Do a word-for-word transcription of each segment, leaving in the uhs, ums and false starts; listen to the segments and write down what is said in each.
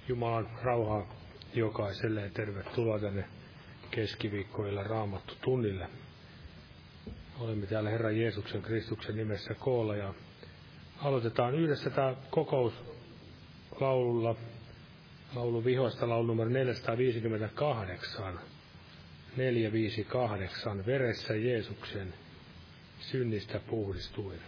Jumalan rauhaa jokaiselle ja tervetuloa tänne keskiviikkoilla Raamattu tunnille. Olemme täällä Herran Jeesuksen Kristuksen nimessä koolla ja aloitetaan yhdessä tämä kokous laululla, laulu vihoista, laulu numero neljäsataaviisikymmentäkahdeksan, neljäsataaviisikymmentäkahdeksan, veressä Jeesuksen synnistä puhdistuin.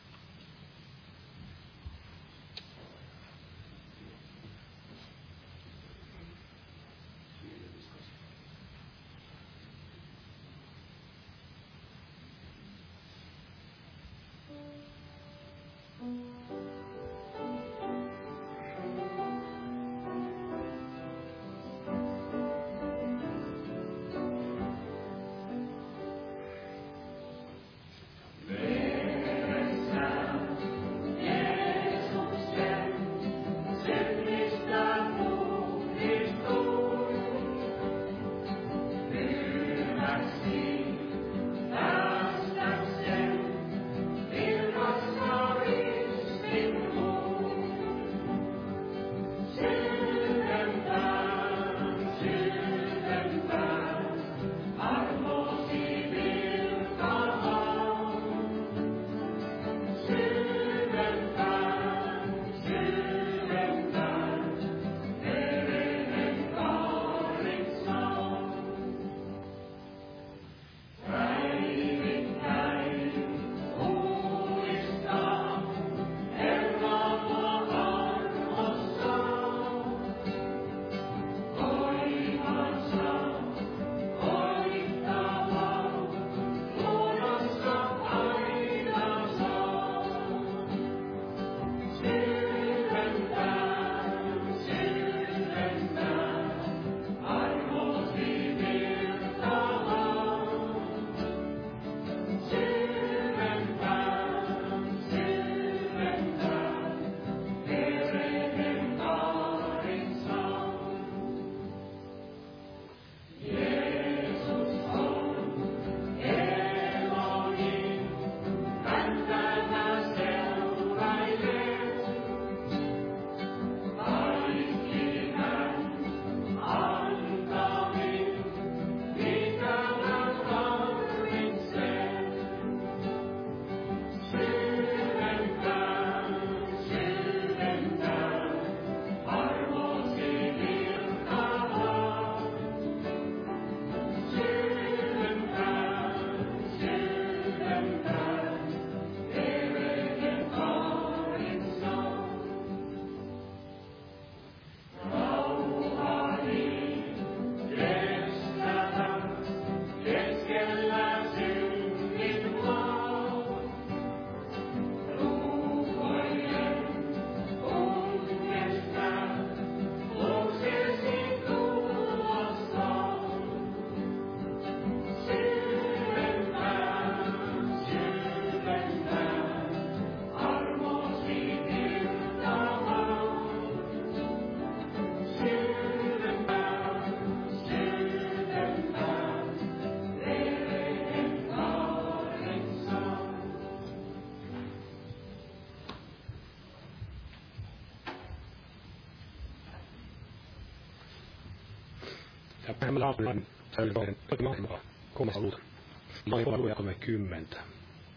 kolmekymmentä.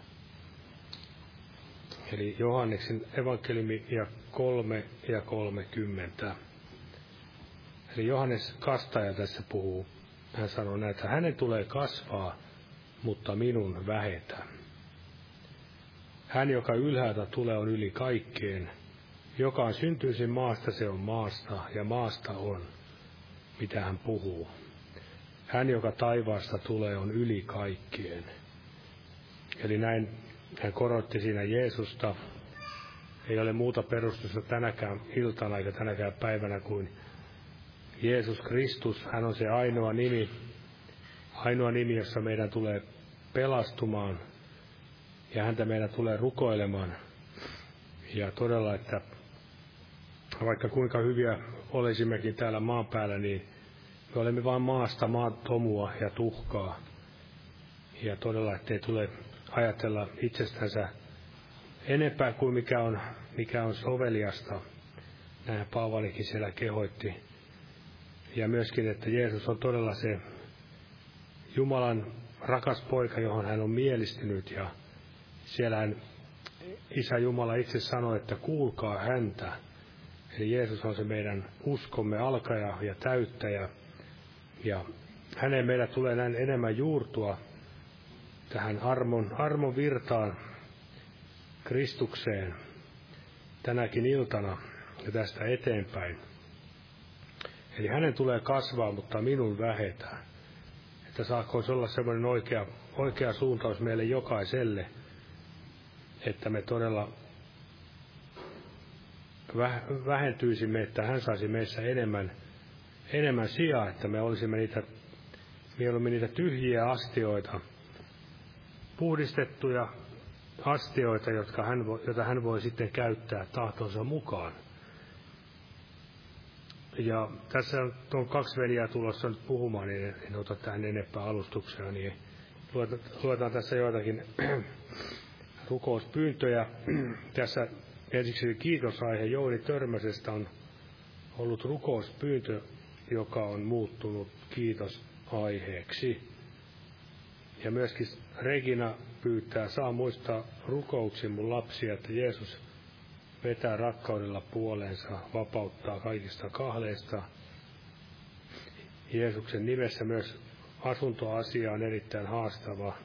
Eli Johanneksen evankeliumi ja kolme ja kolmekymmentä. Eli Johannes kastaja tässä puhuu. Hän sanoo näin, että hänen tulee kasvaa, mutta minun vähetä. Hän, joka ylhäältä tulee, on yli kaikkeen. Joka on syntyisin maasta, se on maasta, ja maasta on, mitä hän puhuu. Hän, joka taivaasta tulee, on yli kaikkeen. Eli näin hän korotti siinä Jeesusta. Ei ole muuta perustusta tänäkään iltana eikä tänäkään päivänä kuin Jeesus Kristus. Hän on se ainoa nimi, ainoa nimi, jossa meidän tulee pelastumaan. Ja häntä meidän tulee rukoilemaan. Ja todella, että vaikka kuinka hyviä olisimmekin täällä maan päällä, niin me olemme vain maasta maatomua ja tuhkaa. Ja todella, ettei tule ajatella itsestänsä enempää kuin mikä on, mikä on soveliasta, Näin Paavalikin siellä kehoitti. Ja myöskin, että Jeesus on todella se Jumalan rakas poika, johon hän on mielistynyt. Ja siellä hän, Isä Jumala itse sanoi, että kuulkaa häntä. Eli Jeesus on se meidän uskomme alkaja ja täyttäjä. Ja hänen meidän tulee näin enemmän juurtua tähän armon, armon virtaan Kristukseen tänäkin iltana ja tästä eteenpäin. Eli hänen tulee kasvaa, mutta minun vähetään. Että saakkoisi olla semmoinen oikea, oikea suuntaus meille jokaiselle, että me todella vähentyisimme, että hän saisi meissä enemmän, enemmän sijaa, että me olisimme niitä, mieluummin niitä tyhjiä astioita, puhdistettuja astioita, jotka hän, joita hän voi sitten käyttää tahtonsa mukaan. Ja tässä on kaksi veliä tulossa nyt puhumaan, niin en ota tähän enempää alustuksia, niin luetaan tässä joitakin rukouspyyntöjä. Tässä ensiksi kiitosaihe Jouni Törmäsestä on ollut rukouspyyntö, joka on muuttunut kiitosaiheeksi. Ja myöskin Regina pyytää, saa muistaa rukouksin mun lapsia, että Jeesus vetää rakkaudella puoleensa, vapauttaa kaikista kahleista. Jeesuksen nimessä myös asuntoasia on erittäin haastava.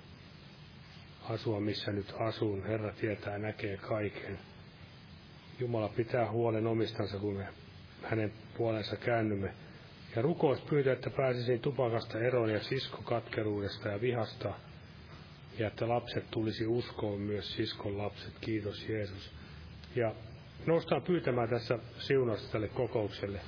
Asua missä nyt asun, Herra tietää ja näkee kaiken. Jumala pitää huolen omistansa, kun me hänen puolensa käännymme. Ja rukouspyyntö, että pääsisin tupakasta eroon ja siskokatkeruudesta ja vihasta. Ja että lapset tulisi uskoon, myös siskon lapset. Kiitos Jeesus. Ja noustaan pyytämään tässä siunausta tälle kokoukselle.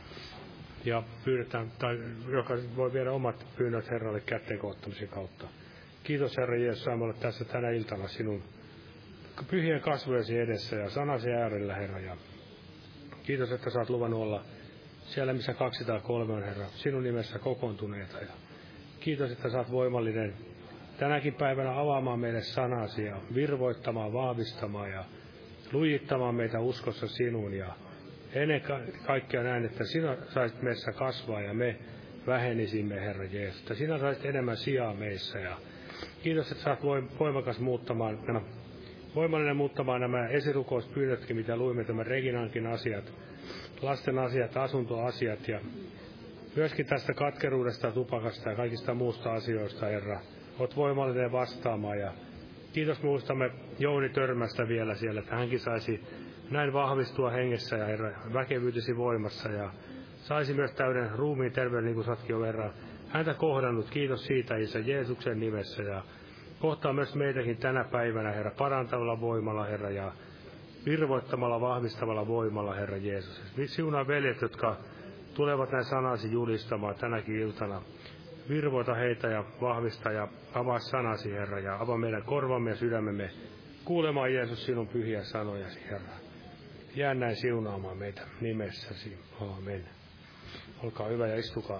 Ja pyydetään, tai jokainen voi viedä omat pyynnöt Herralle kätteen koottamisen kautta. Kiitos Herra Jeesus, saamme olla tässä tänä iltana sinun pyhien kasvojesi edessä ja sanasi äärellä, Herra. Ja kiitos, että saat luvannut olla siellä, missä kaksi tai kolme on, Herra, sinun nimessä kokoontuneita. Ja kiitos, että saat voimallinen tänäkin päivänä avaamaan meille sanasi ja virvoittamaan, vahvistamaan ja lujittamaan meitä uskossa sinuun. Ja ennen kaikkea näin, että sinä saisit meissä kasvaa ja me vähenisimme, Herra Jeesus. Että sinä saisit enemmän sijaa meissä. Ja kiitos, että saat voimakas muuttamaan, voimallinen muuttamaan nämä esirukouspyynnötkin, mitä luimme, tämän Reginankin asiat, lasten asiat, asuntoasiat ja myöskin tästä katkeruudesta, tupakasta ja kaikista muusta asioista, Herra. Olet voimallinen vastaamaan ja kiitos muistamme Jouni Törmästä vielä siellä, että hänkin saisi näin vahvistua hengessä ja Herra väkevyytesi voimassa ja saisi myös täyden ruumiin terveyden, niin kuin satkin jo Herra häntä kohdannut. Kiitos siitä Isä Jeesuksen nimessä ja kohtaa myös meitäkin tänä päivänä, Herra, parantavalla voimalla, Herra, ja virvoittamalla, vahvistavalla voimalla, Herra Jeesus. Siunaa veljet, jotka tulevat näin sanasi julistamaan tänäkin iltana. Virvoita heitä ja vahvista ja avaa sanasi, Herra, ja avaa meidän korvamme ja sydämemme kuulemaan, Jeesus, sinun pyhiä sanojasi, Herra. Jää näin siunaamaan meitä nimessäsi. Aamen. Olkaa hyvä ja istukaa.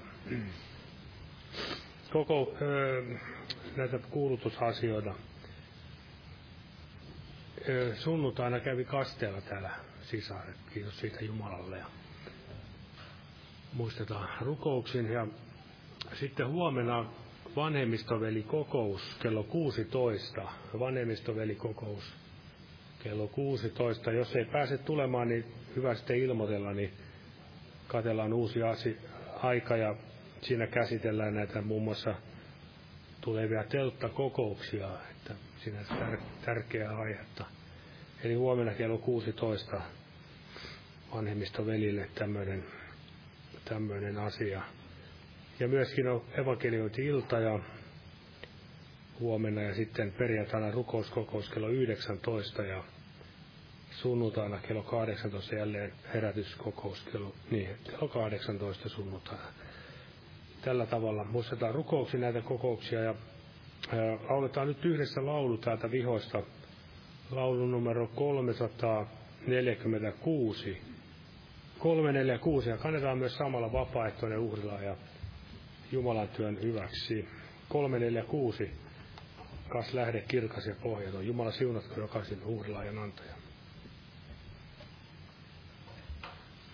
Koko öö, näitä kuulutusasioita. Öö, sunnuntaina kävi kasteella täällä sisaret. Kiitos siitä Jumalalle. Ja muistetaan rukouksin. Ja sitten huomenna vanhemmistovelikokous kello kuusitoista. Vanhemmistovelikokous kello kuusitoista. Jos ei pääse tulemaan, niin hyvä sitten ilmoitella, niin katsellaan uusi asia, aika ja siinä käsitellään näitä muun muassa tulevia telttakokouksia, että siinä on tär- tärkeää aihetta. Eli huomenna kello kuusitoista vanhemmistovelille tämmöinen, tämmöinen asia. Ja myöskin on evankeliointi-ilta ja huomenna ja sitten perjantaina rukouskokous kello yhdeksäntoista ja sunnuntaina kello kahdeksantoista jälleen herätyskokous kello, niin, kello kahdeksantoista sunnuntaina. Tällä tavalla muistetaan rukouksia näitä kokouksia ja ää, lauletaan nyt yhdessä laulu täältä vihoista. Laulu numero kolmesataaneljäkymmentäkuusi. kolmesataaneljäkymmentäkuusi ja kannetaan myös samalla vapaaehtoinen uhrilla ja Jumalan työn hyväksi. kolmesataaneljäkymmentäkuusi. Kas lähde kirkas ja pohjaton. Jumala siunatko jokaisen uhrilaajan antajan.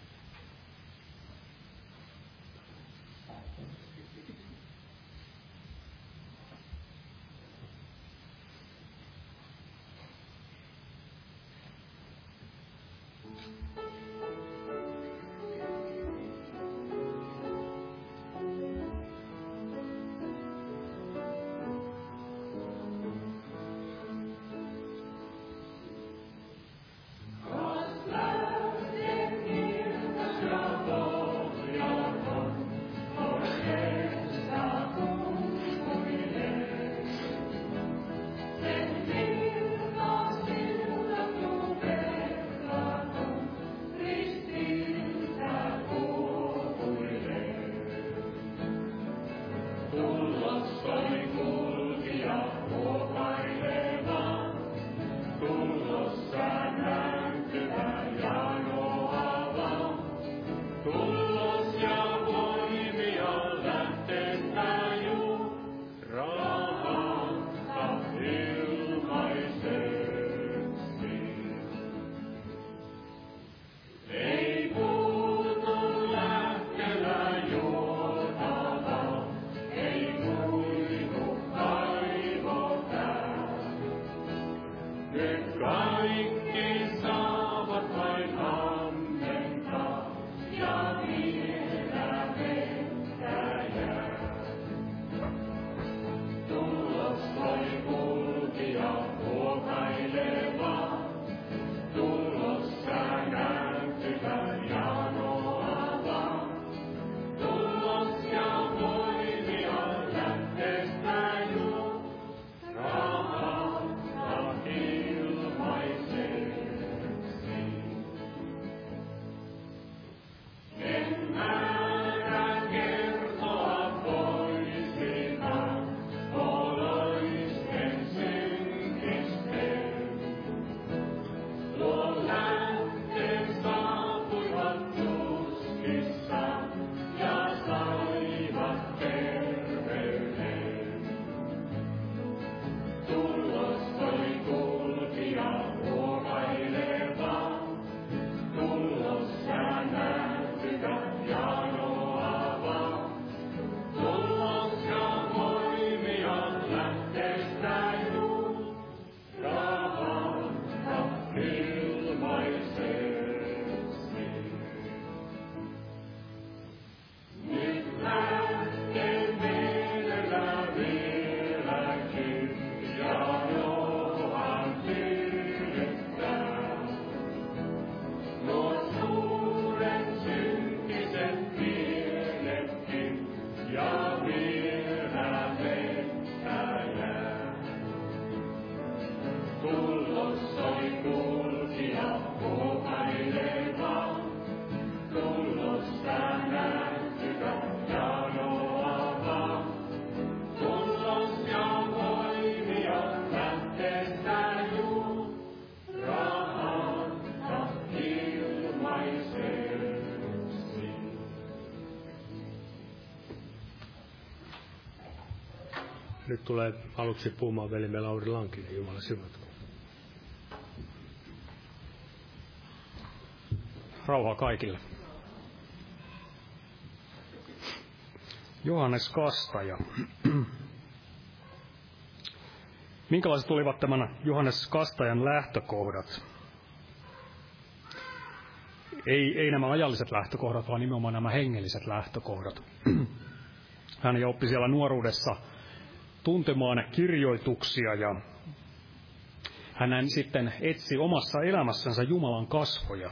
Nyt tulee aluksi puhumaan velimme Lauri Lankinen, Jumala siunatko. Rauhaa kaikille. Johannes Kastaja. Minkälaiset olivat tämän Johannes Kastajan lähtökohdat? Ei, ei nämä ajalliset lähtökohdat, vaan nimenomaan nämä hengelliset lähtökohdat. Hän jo oppi siellä nuoruudessa tuntemaan kirjoituksia ja hän sitten etsi omassa elämässänsä Jumalan kasvoja.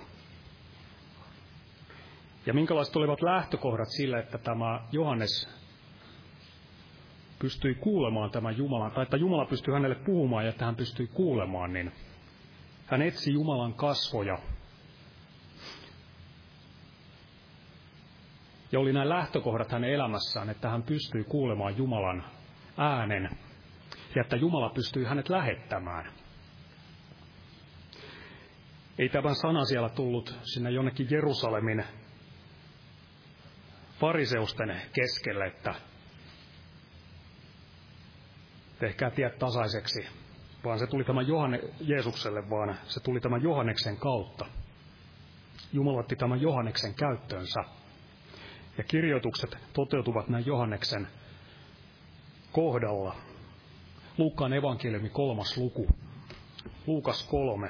Ja minkälaiset olivat lähtökohdat sille, että tämä Johannes pystyi kuulemaan tämän Jumalan, tai että Jumala pystyi hänelle puhumaan ja että hän pystyi kuulemaan, niin hän etsi Jumalan kasvoja. Ja oli nämä lähtökohdat hänen elämässään, että hän pystyi kuulemaan Jumalan äänen ja että Jumala pystyi hänet lähettämään. Ei tämän sana siellä tullut sinne jonnekin Jerusalemin fariseusten keskelle, että tehkää tiet tasaiseksi, vaan se tuli tämän Johanne, Jeesukselle, vaan se tuli tämän Johanneksen kautta. Jumala otti tämän Johanneksen käyttöönsä. Ja kirjoitukset toteutuvat näin Johanneksen kohdalla. Luukkaan evankeliumi kolmas luku. Luukas kolme.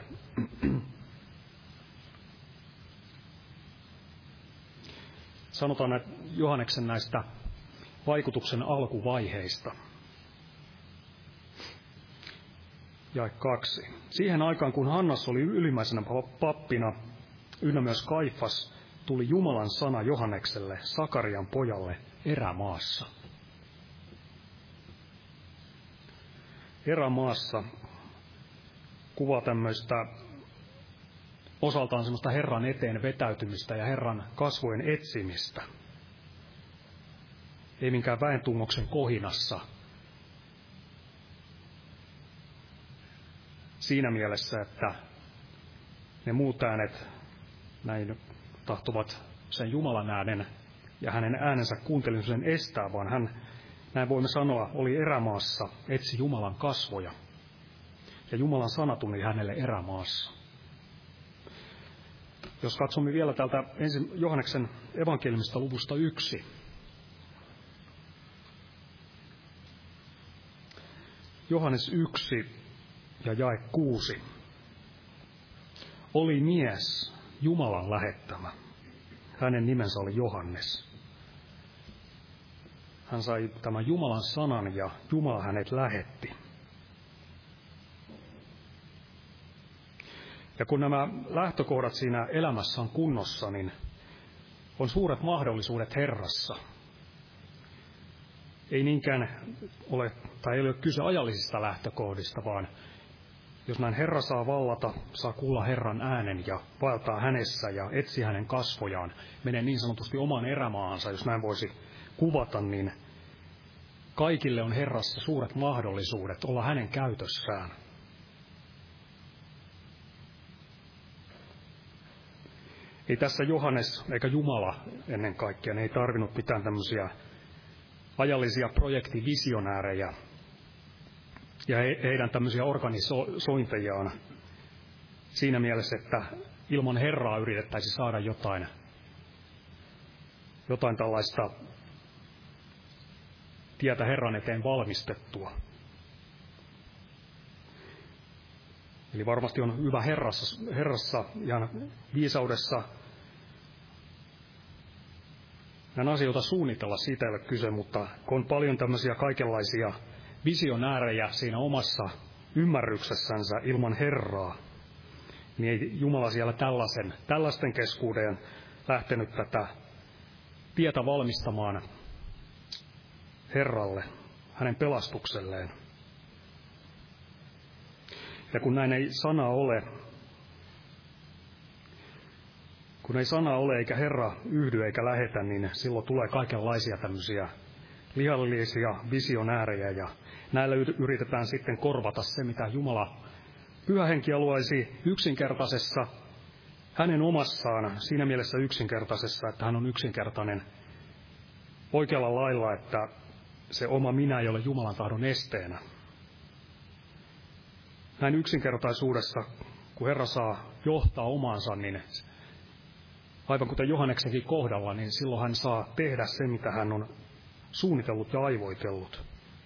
Sanotaan näitä Johanneksen näistä vaikutuksen alkuvaiheista. Jae kaksi. Siihen aikaan, kun Hannas oli ylimmäisenä pappina, ynnä myös Kaifas, tuli Jumalan sana Johannekselle, Sakarian pojalle, erämaassa. Erämaassa kuvaa tämmöistä osaltaan semmoista Herran eteen vetäytymistä ja Herran kasvojen etsimistä. Ei minkään väentungoksen kohinassa. Siinä mielessä, että ne muut äänet näin tahtovat sen Jumalan äänen ja hänen äänensä kuuntelemisen estää, vaan hän, näin voimme sanoa, oli erämaassa, etsi Jumalan kasvoja. Ja Jumalan sana tuli hänelle erämaassa. Jos katsomme vielä täältä ensin Johanneksen evankeliumista luvusta yksi. Johannes yksi, ja jae kuusi. Oli mies, Jumalan lähettämä. Hänen nimensä oli Johannes. Hän sai tämän Jumalan sanan ja Jumala hänet lähetti. Ja kun nämä lähtökohdat siinä elämässä on kunnossa, niin on suuret mahdollisuudet Herrassa. Ei niinkään ole, tai ei ole kyse ajallisista lähtökohdista, vaan jos näin Herra saa vallata, saa kuulla Herran äänen ja vaeltaa hänessä ja etsi hänen kasvojaan, menee niin sanotusti oman erämaansa, jos näin voisi kuvata, niin kaikille on Herrassa suuret mahdollisuudet olla hänen käytössään. Ei tässä Johannes eikä Jumala ennen kaikkea, ne ei tarvinnut mitään tämmöisiä ajallisia projektivisionäärejä ja heidän tämmöisiä organisointejaan siinä mielessä, että ilman Herraa yritettäisiin saada jotain, jotain tällaista tietä Herran eteen valmistettua. Eli varmasti on hyvä Herrassa, Herrassa ja viisaudessa näin asioita suunnitella, siitä ei ole kyse, mutta kun on paljon tämmöisiä kaikenlaisia visionäärejä siinä omassa ymmärryksessänsä ilman Herraa, niin ei Jumala siellä tällaisen, tällaisten keskuudeen lähtenyt tätä tietä valmistamaan Herralle, hänen pelastukselleen. Ja kun näin ei sana ole, kun ei sana ole eikä Herra yhdy eikä lähetä, niin silloin tulee kaikenlaisia tämmöisiä lihallisia visionäärejä, ja näillä yritetään sitten korvata se, mitä Jumala Pyhä Henki haluaisi yksinkertaisessa, hänen omassaan, siinä mielessä yksinkertaisessa, että hän on yksinkertainen oikealla lailla, että se oma minä ei ole Jumalan tahdon esteenä. Näin yksinkertaisuudessa, kun Herra saa johtaa omaansa, niin aivan kuten Johanneksenkin kohdalla, niin silloin hän saa tehdä se, mitä hän on suunnitellut ja aivoitellut.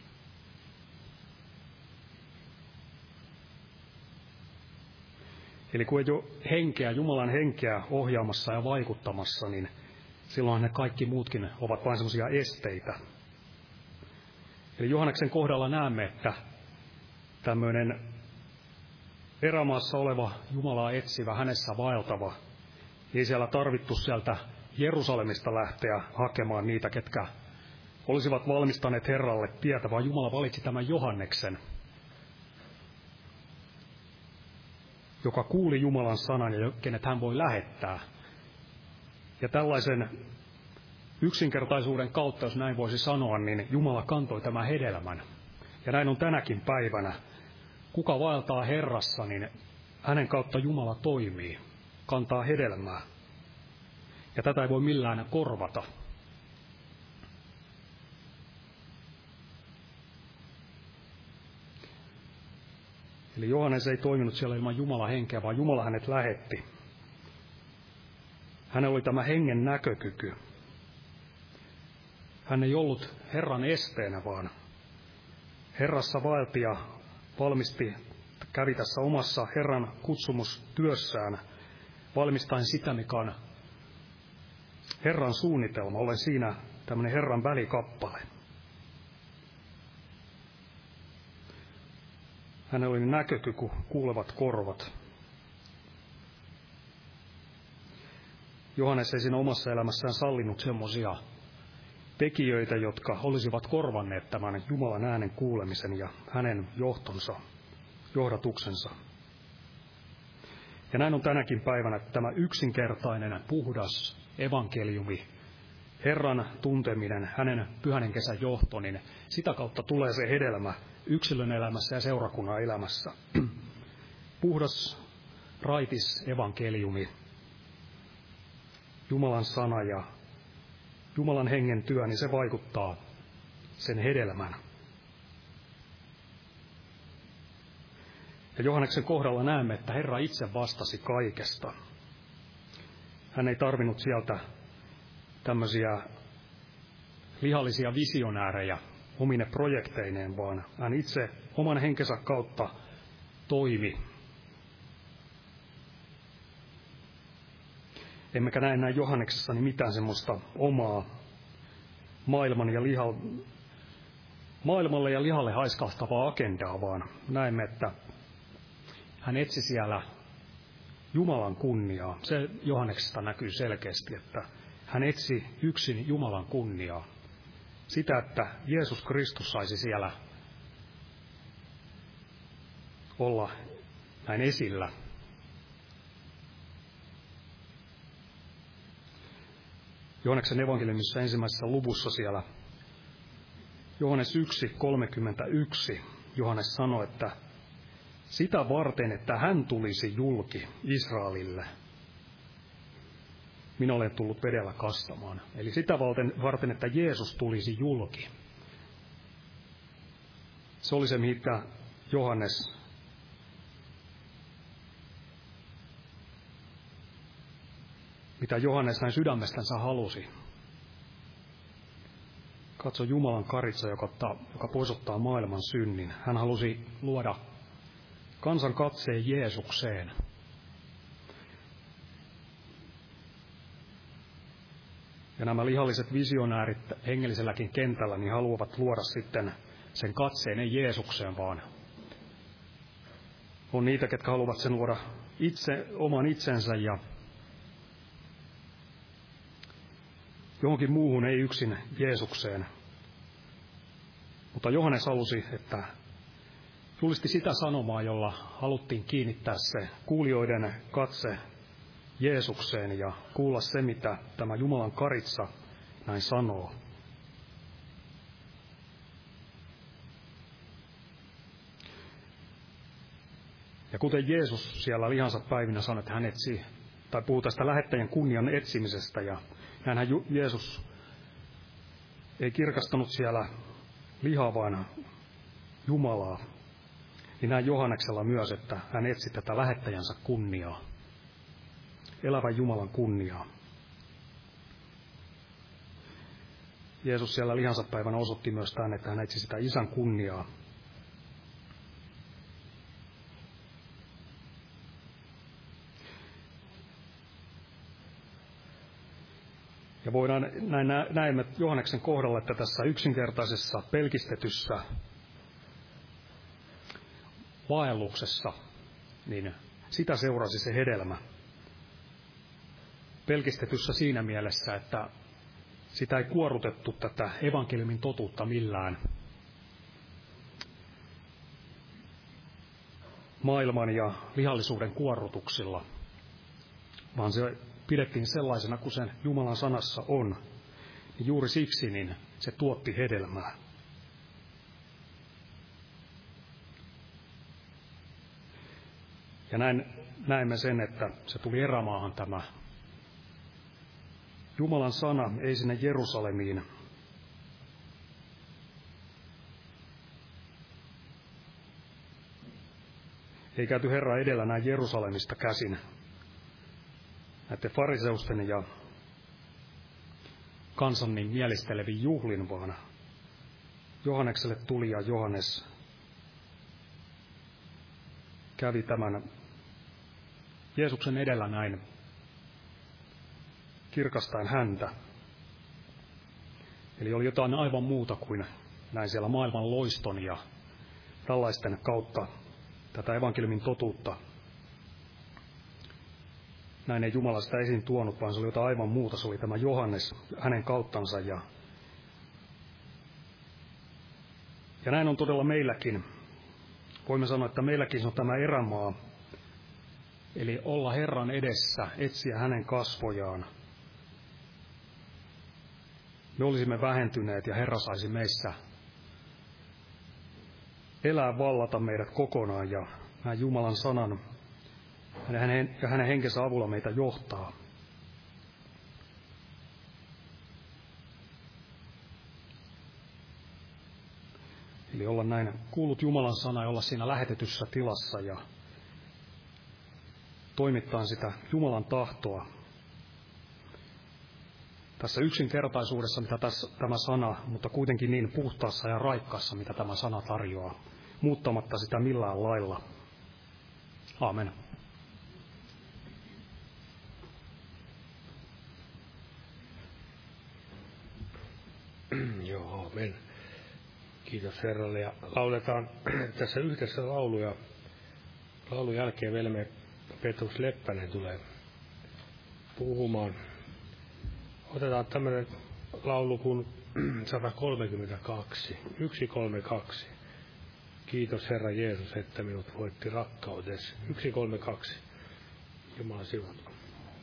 Eli kun ei ole henkeä, Jumalan henkeä ohjaamassa ja vaikuttamassa, niin silloin ne kaikki muutkin ovat vain semmoisia esteitä. Eli Johanneksen kohdalla näemme, että tämmöinen erämaassa oleva Jumalaa etsivä, hänessä vaeltava, ei siellä tarvittu sieltä Jerusalemista lähteä hakemaan niitä, ketkä olisivat valmistaneet Herralle tietä, vaan Jumala valitsi tämän Johanneksen, joka kuuli Jumalan sanan ja kenet hän voi lähettää. Ja tällaisen yksinkertaisuuden kautta, jos näin voisi sanoa, niin Jumala kantoi tämän hedelmän. Ja näin on tänäkin päivänä. Kuka vaeltaa Herrassa, niin hänen kautta Jumala toimii, kantaa hedelmää. Ja tätä ei voi millään korvata. Eli Johannes ei toiminut siellä ilman Jumalan henkeä, vaan Jumala hänet lähetti. Hänellä oli tämä hengen näkökyky. Hän ei ollut Herran esteenä, vaan Herrassa vaelti ja valmisti, kävi tässä omassa Herran kutsumustyössään, valmistaen sitä, mikä on Herran suunnitelma. Olen siinä tämmöinen Herran välikappale. Hänellä oli näkökyky, kuulevat korvat. Johannes ei siinä omassa elämässään sallinut semmoisia tekijöitä, jotka olisivat korvanneet tämän Jumalan äänen kuulemisen ja hänen johtonsa, johdatuksensa. Ja näin on tänäkin päivänä tämä yksinkertainen, puhdas evankeliumi, Herran tunteminen, hänen pyhän kesän johto, niin sitä kautta tulee se hedelmä yksilön elämässä ja seurakunnan elämässä. Puhdas, raitis evankeliumi, Jumalan sana ja Jumalan hengen työ, niin se vaikuttaa sen hedelmän. Ja Johanneksen kohdalla näemme, että Herra itse vastasi kaikesta. Hän ei tarvinnut sieltä tämmöisiä lihallisia visionäärejä omine projekteineen, vaan hän itse oman henkensä kautta toimi. Emmekä näe näin Johanneksessa niin mitään semmoista omaa maailman ja liha, maailmalle ja lihalle haiskahtavaa agendaa, vaan näemme, että hän etsi siellä Jumalan kunniaa. Se Johanneksesta näkyy selkeästi, että hän etsi yksin Jumalan kunniaa. Sitä, että Jeesus Kristus saisi siellä olla näin esillä. Johanneksen evankeliumissa ensimmäisessä luvussa siellä Johannes yksi kolmekymmentäyksi Johannes sanoi, että sitä varten, että hän tulisi julki Israelille, minä olen tullut vedellä kastamaan. Eli sitä varten, että Jeesus tulisi julki. Se oli se, mitä Johannes mitä Johannes näin sydämestänsä halusi. Katso Jumalan karitsa, joka, ottaa, joka poisottaa maailman synnin. Hän halusi luoda kansan katseen Jeesukseen. Ja nämä lihalliset visionäärit hengelliselläkin kentällä niin haluavat luoda sitten sen katseen ei Jeesukseen, vaan on niitä, ketkä haluavat sen luoda itse, oman itsensä ja johonkin muuhun, ei yksin Jeesukseen. Mutta Johannes halusi, että julisti sitä sanomaa, jolla haluttiin kiinnittää se kuulijoiden katse Jeesukseen ja kuulla se, mitä tämä Jumalan karitsa näin sanoo. Ja kuten Jeesus siellä lihansa päivinä sanoi, että hän etsi, tai puhuu tästä lähettäjän kunnian etsimisestä, ja näinhän Jeesus ei kirkastanut siellä lihaa, vaan Jumalaa, niin näin Johanneksella myös, että hän etsi tätä lähettäjänsä kunniaa, elävän Jumalan kunniaa. Jeesus siellä lihansa päivänä osoitti myös tämän, että hän etsi sitä isän kunniaa. Ja voidaan näin näemme Johanneksen kohdalla, että tässä yksinkertaisessa pelkistetyssä vaelluksessa, niin sitä seurasi se hedelmä. Pelkistetyssä siinä mielessä, että sitä ei kuorutettu tätä evankeliumin totuutta millään maailman ja lihallisuuden kuorrutuksilla, vaan se pidettiin sellaisena kuin sen Jumalan sanassa on. Ja juuri siksi niin se tuotti hedelmää. Ja näin näemme sen, että se tuli erämaahan tämä Jumalan sana, ei sinne Jerusalemiin. Ei käyty Herra edellä näin Jerusalemista käsin, näiden fariseusten ja kansan niin mielisteleviin juhlin, vaan Johannekselle tuli ja Johannes kävi tämän Jeesuksen edellä näin kirkastaen häntä. Eli oli jotain aivan muuta kuin näin siellä maailman loiston ja tällaisten kautta tätä evankeliumin totuutta. Näin ei Jumala sitä esiin tuonut, vaan se oli jotain aivan muuta. Se oli tämä Johannes hänen kauttansa. Ja, ja näin on todella meilläkin. Voimme sanoa, että meilläkin on tämä erämaa. Eli olla Herran edessä, etsiä hänen kasvojaan. Me olisimme vähentyneet ja Herra saisi meissä elää, vallata meidät kokonaan ja näin Jumalan sanan ja hänen henkensä avulla meitä johtaa. Eli olla näin kuullut Jumalan sana ja olla siinä lähetetyssä tilassa ja toimittaa sitä Jumalan tahtoa. Tässä yksinkertaisuudessa, mitä tässä, tämä sana, mutta kuitenkin niin puhtaassa ja raikkaassa, mitä tämä sana tarjoaa, muuttamatta sitä millään lailla. Aamen. Joo, aamen. Kiitos Herralle ja lauletaan tässä yhdessä lauluja. Laulun jälkeen velme Petrus Leppänen tulee puhumaan. Otetaan tämmöinen laulu kuin sata kolmekymmentäkaksi, sata kolmekymmentäkaksi. Kiitos Herra Jeesus, että minut voitti rakkautesi. sata kolmekymmentäkaksi. Jumala siunatko.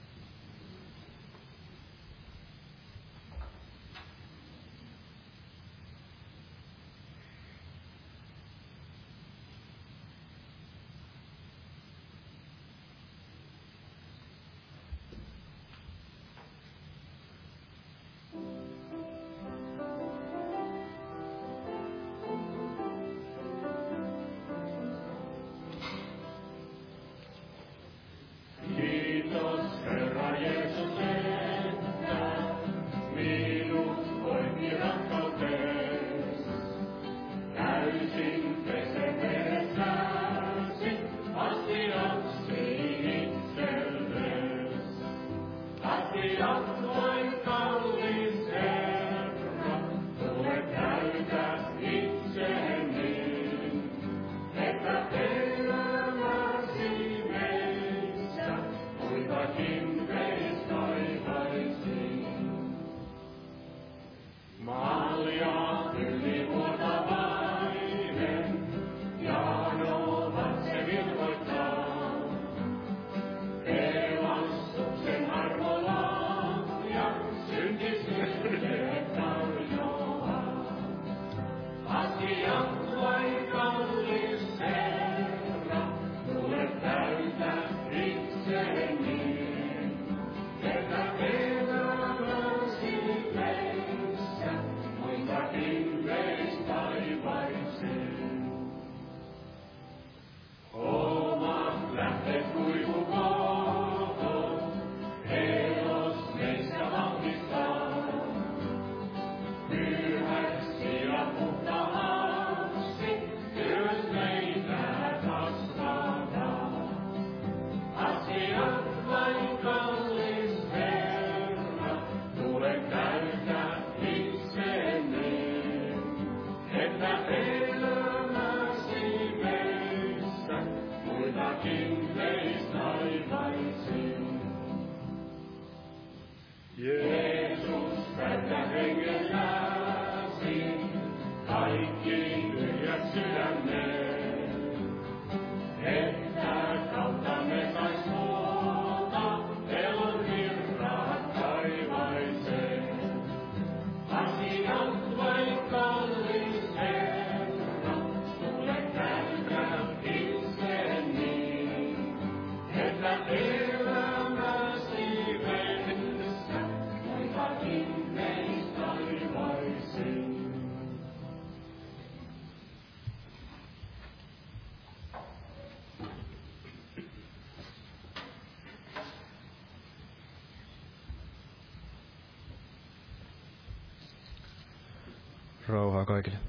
Rauhaa kaikille.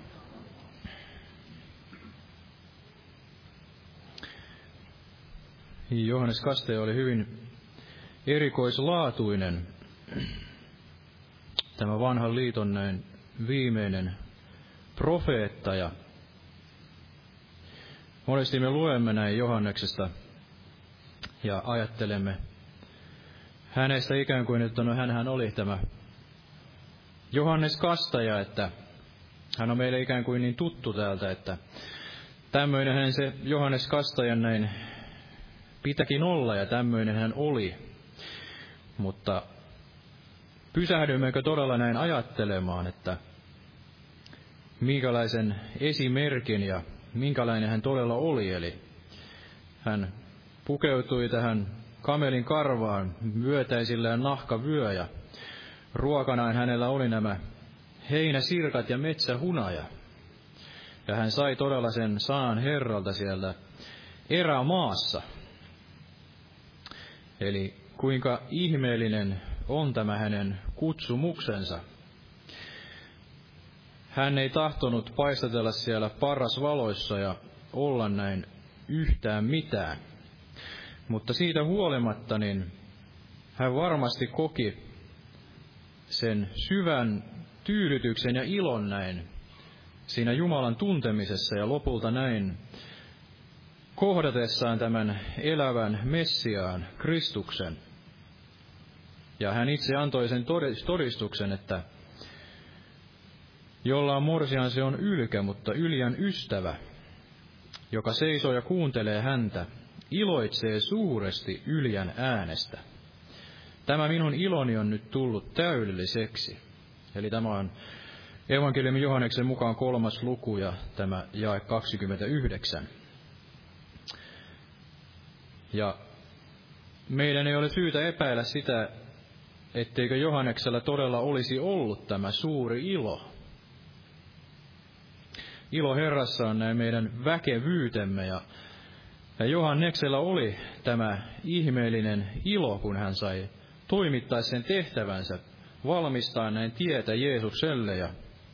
Johannes Kastaja oli hyvin erikoislaatuinen. Tämä vanhan liiton näin viimeinen profeetta. Ja monesti me luemme näin Johanneksesta ja ajattelemme hänestä ikään kuin, että no hänhän oli tämä Johannes Kastaja, että hän on meille ikään kuin niin tuttu täältä, että tämmöinenhän se Johannes Kastajan näin pitäkin olla ja tämmöinen hän oli. Mutta pysähdymmekö todella näin ajattelemaan, että minkälaisen esimerkin ja minkälainen hän todella oli. Eli hän pukeutui tähän kamelin karvaan vyötäisillään nahkavyö ja ruokanaan hänellä oli nämä heinäsirkat ja metsähunaja. Ja hän sai todella sen sanan Herralta sieltä erämaassa. Eli kuinka ihmeellinen on tämä hänen kutsumuksensa. Hän ei tahtonut paistatella siellä parrasvaloissa ja olla näin yhtään mitään. Mutta siitä huolimatta niin hän varmasti koki sen syvän tyydytyksen ja ilon näin siinä Jumalan tuntemisessa ja lopulta näin kohdatessaan tämän elävän Messiaan, Kristuksen. Ja hän itse antoi sen todistuksen, että jolla on morsian, se on ylkä, mutta yljän ystävä, joka seisoo ja kuuntelee häntä, iloitsee suuresti yljän äänestä. Tämä minun iloni on nyt tullut täydelliseksi. Eli tämä on evankeliumi Johanneksen mukaan kolmas luku ja tämä jae kaksikymmentäyhdeksän. Ja meidän ei ole syytä epäillä sitä, etteikö Johanneksella todella olisi ollut tämä suuri ilo. Ilo Herrassa on näin meidän väkevyytemme ja, ja Johanneksella oli tämä ihmeellinen ilo, kun hän sai toimittaa sen tehtävänsä, valmistaa näin tietä Jeesukselle ja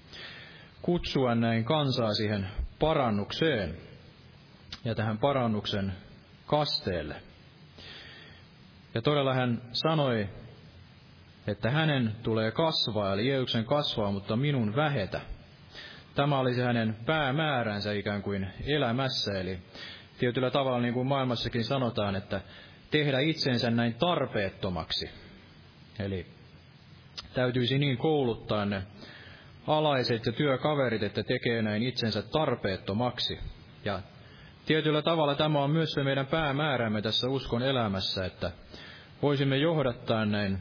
kutsua näin kansaa siihen parannukseen ja tähän parannuksen kasteelle. Ja todella hän sanoi, että hänen tulee kasvaa, eli Jeesuksen kasvaa, mutta minun vähetä. Tämä oli se hänen päämääränsä ikään kuin elämässä, eli tietyllä tavalla niin kuin maailmassakin sanotaan, että tehdä itsensä näin tarpeettomaksi. Eli täytyisi niin kouluttaa ne alaiset ja työkaverit, että tekee näin itsensä tarpeettomaksi. Ja tietyllä tavalla tämä on myös se meidän päämäärämme tässä uskon elämässä, että voisimme johdattaa näin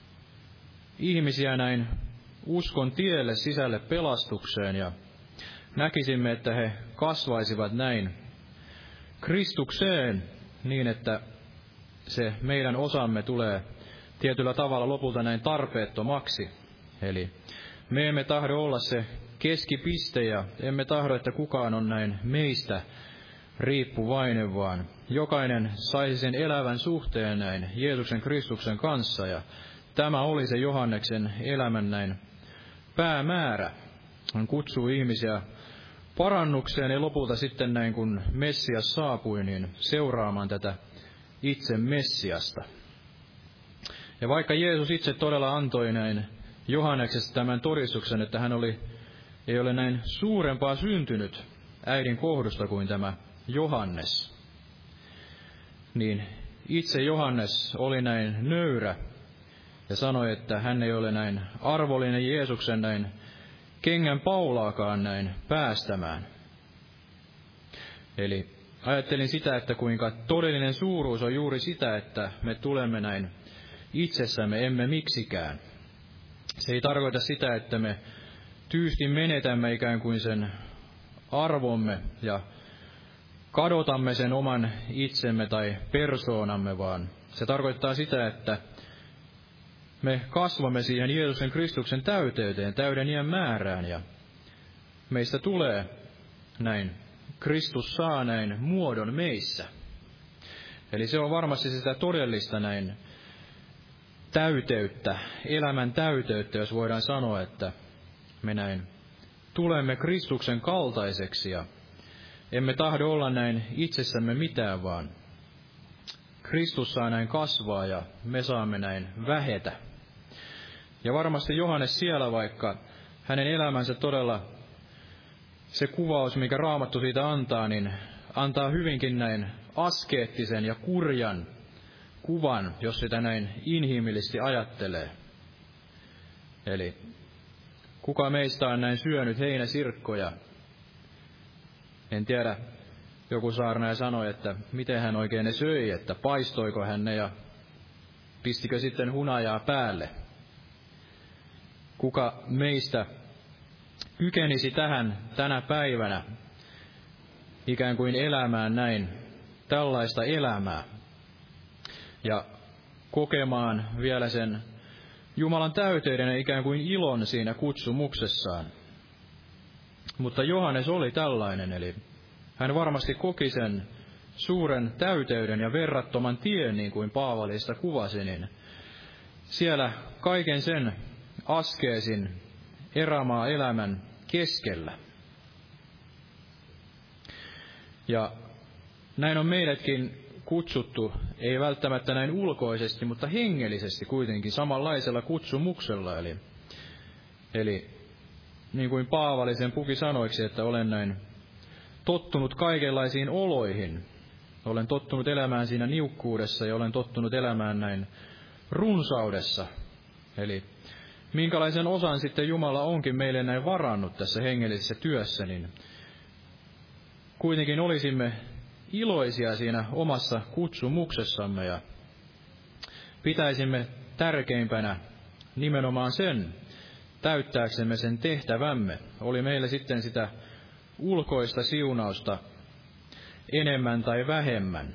ihmisiä näin uskon tielle sisälle pelastukseen ja näkisimme, että he kasvaisivat näin Kristukseen niin, että se meidän osamme tulee tietyllä tavalla lopulta näin tarpeettomaksi. Eli me emme tahdo olla se keskipiste ja emme tahdo, että kukaan on näin meistä riippuvainen, vaan jokainen saisi sen elävän suhteen näin Jeesuksen Kristuksen kanssa ja tämä oli se Johanneksen elämän näin päämäärä. Hän kutsui ihmisiä parannukseen ja lopulta sitten näin kun Messias saapui, niin seuraamaan tätä itse Messiasta. Ja vaikka Jeesus itse todella antoi näin Johanneksesta tämän todistuksen, että hän oli, ei ole näin suurempaa syntynyt äidin kohdusta kuin tämä Johannes, niin itse Johannes oli näin nöyrä ja sanoi, että hän ei ole näin arvollinen Jeesuksen näin kengän paulaakaan näin päästämään. Eli ajattelin sitä, että kuinka todellinen suuruus on juuri sitä, että me tulemme näin itsessämme, emme miksikään. Se ei tarkoita sitä, että me tyystin menetämme ikään kuin sen arvomme ja kadotamme sen oman itsemme tai persoonamme, vaan se tarkoittaa sitä, että me kasvamme siihen Jeesuksen Kristuksen täyteyteen, täyden iän määrään, ja meistä tulee näin, Kristus saa näin muodon meissä. Eli se on varmasti sitä todellista näin täyteyttä, elämän täyteyttä, jos voidaan sanoa, että me näin tulemme Kristuksen kaltaiseksi ja emme tahdo olla näin itsessämme mitään, vaan Kristus saa näin kasvaa ja me saamme näin vähetä. Ja varmasti Johannes siellä, vaikka hänen elämänsä todella, se kuvaus, mikä Raamattu siitä antaa, niin antaa hyvinkin näin askeettisen ja kurjan kuvan, jos sitä näin inhimillisesti ajattelee. Eli kuka meistä on näin syönyt heinäsirkkoja? En tiedä, joku saarnaaja sanoi, että miten hän oikein ne söi, että paistoiko hän ne ja pistikö sitten hunajaa päälle. Kuka meistä kykenisi tähän tänä päivänä ikään kuin elämään näin tällaista elämää ja kokemaan vielä sen Jumalan täyteyden ja ikään kuin ilon siinä kutsumuksessaan. Mutta Johannes oli tällainen, eli hän varmasti koki sen suuren täyteyden ja verrattoman tien, niin kuin Paavalista kuvasi, niin siellä kaiken sen askeesin erämaa elämän keskellä. Ja näin on meidätkin kutsuttu, ei välttämättä näin ulkoisesti, mutta hengellisesti kuitenkin samanlaisella kutsumuksella. Eli, eli niin kuin Paavali sen puki sanoiksi, että olen näin tottunut kaikenlaisiin oloihin. Olen tottunut elämään siinä niukkuudessa ja olen tottunut elämään näin runsaudessa. Eli minkälaisen osan sitten Jumala onkin meille näin varannut tässä hengellisessä työssä, niin kuitenkin olisimme iloisia siinä omassa kutsumuksessamme ja pitäisimme tärkeimpänä nimenomaan sen, täyttääksemme sen tehtävämme. Oli meillä sitten sitä ulkoista siunausta enemmän tai vähemmän.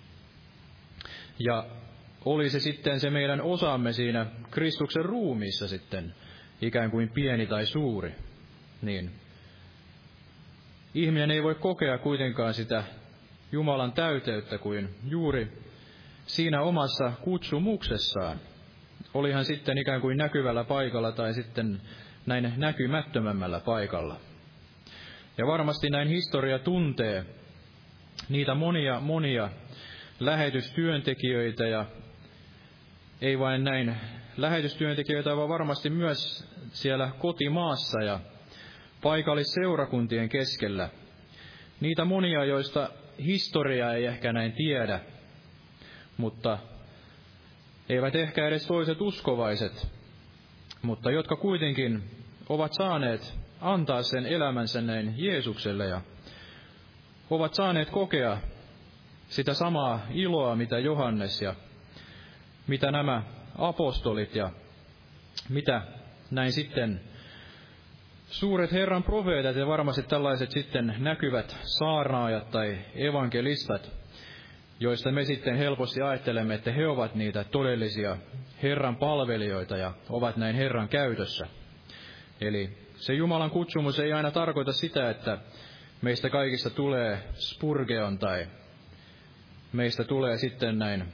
Ja oli se sitten se meidän osamme siinä Kristuksen ruumiissa sitten, ikään kuin pieni tai suuri, niin ihminen ei voi kokea kuitenkaan sitä Jumalan täyteyttä kuin juuri siinä omassa kutsumuksessaan. Olihan sitten ikään kuin näkyvällä paikalla tai sitten näin näkymättömämmällä paikalla. Ja varmasti näin historia tuntee niitä monia monia lähetystyöntekijöitä ja ei vain näin lähetystyöntekijöitä, vaan varmasti myös siellä kotimaassa ja paikallisseurakuntien keskellä. Niitä monia, joista historia ei ehkä näin tiedä, mutta eivät ehkä edes toiset uskovaiset, mutta jotka kuitenkin ovat saaneet antaa sen elämänsä näin Jeesukselle ja ovat saaneet kokea sitä samaa iloa, mitä Johannes ja mitä nämä apostolit ja mitä näin sitten suuret Herran profeetat ja varmasti tällaiset sitten näkyvät saarnaajat tai evankelistat, joista me sitten helposti ajattelemme, että he ovat niitä todellisia Herran palvelijoita ja ovat näin Herran käytössä. Eli se Jumalan kutsumus ei aina tarkoita sitä, että meistä kaikista tulee Spurgeon tai meistä tulee sitten näin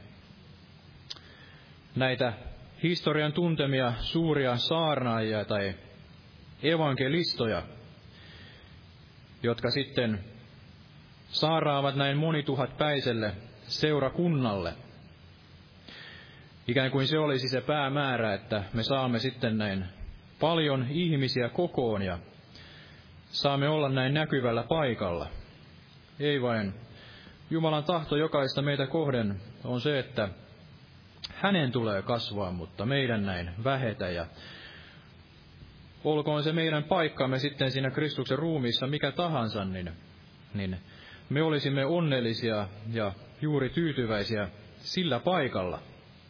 näitä historian tuntemia suuria saarnaajia tai evankelistoja, jotka sitten saarnaavat näin monituhatpäiselle seurakunnalle. Ikään kuin se olisi se päämäärä, että me saamme sitten näin paljon ihmisiä kokoon ja saamme olla näin näkyvällä paikalla. Ei vain. Jumalan tahto jokaista meitä kohden on se, että hänen tulee kasvaa, mutta meidän näin vähetä. Ja olkoon se meidän paikkamme sitten siinä Kristuksen ruumiissa mikä tahansa, niin, niin me olisimme onnellisia ja juuri tyytyväisiä sillä paikalla.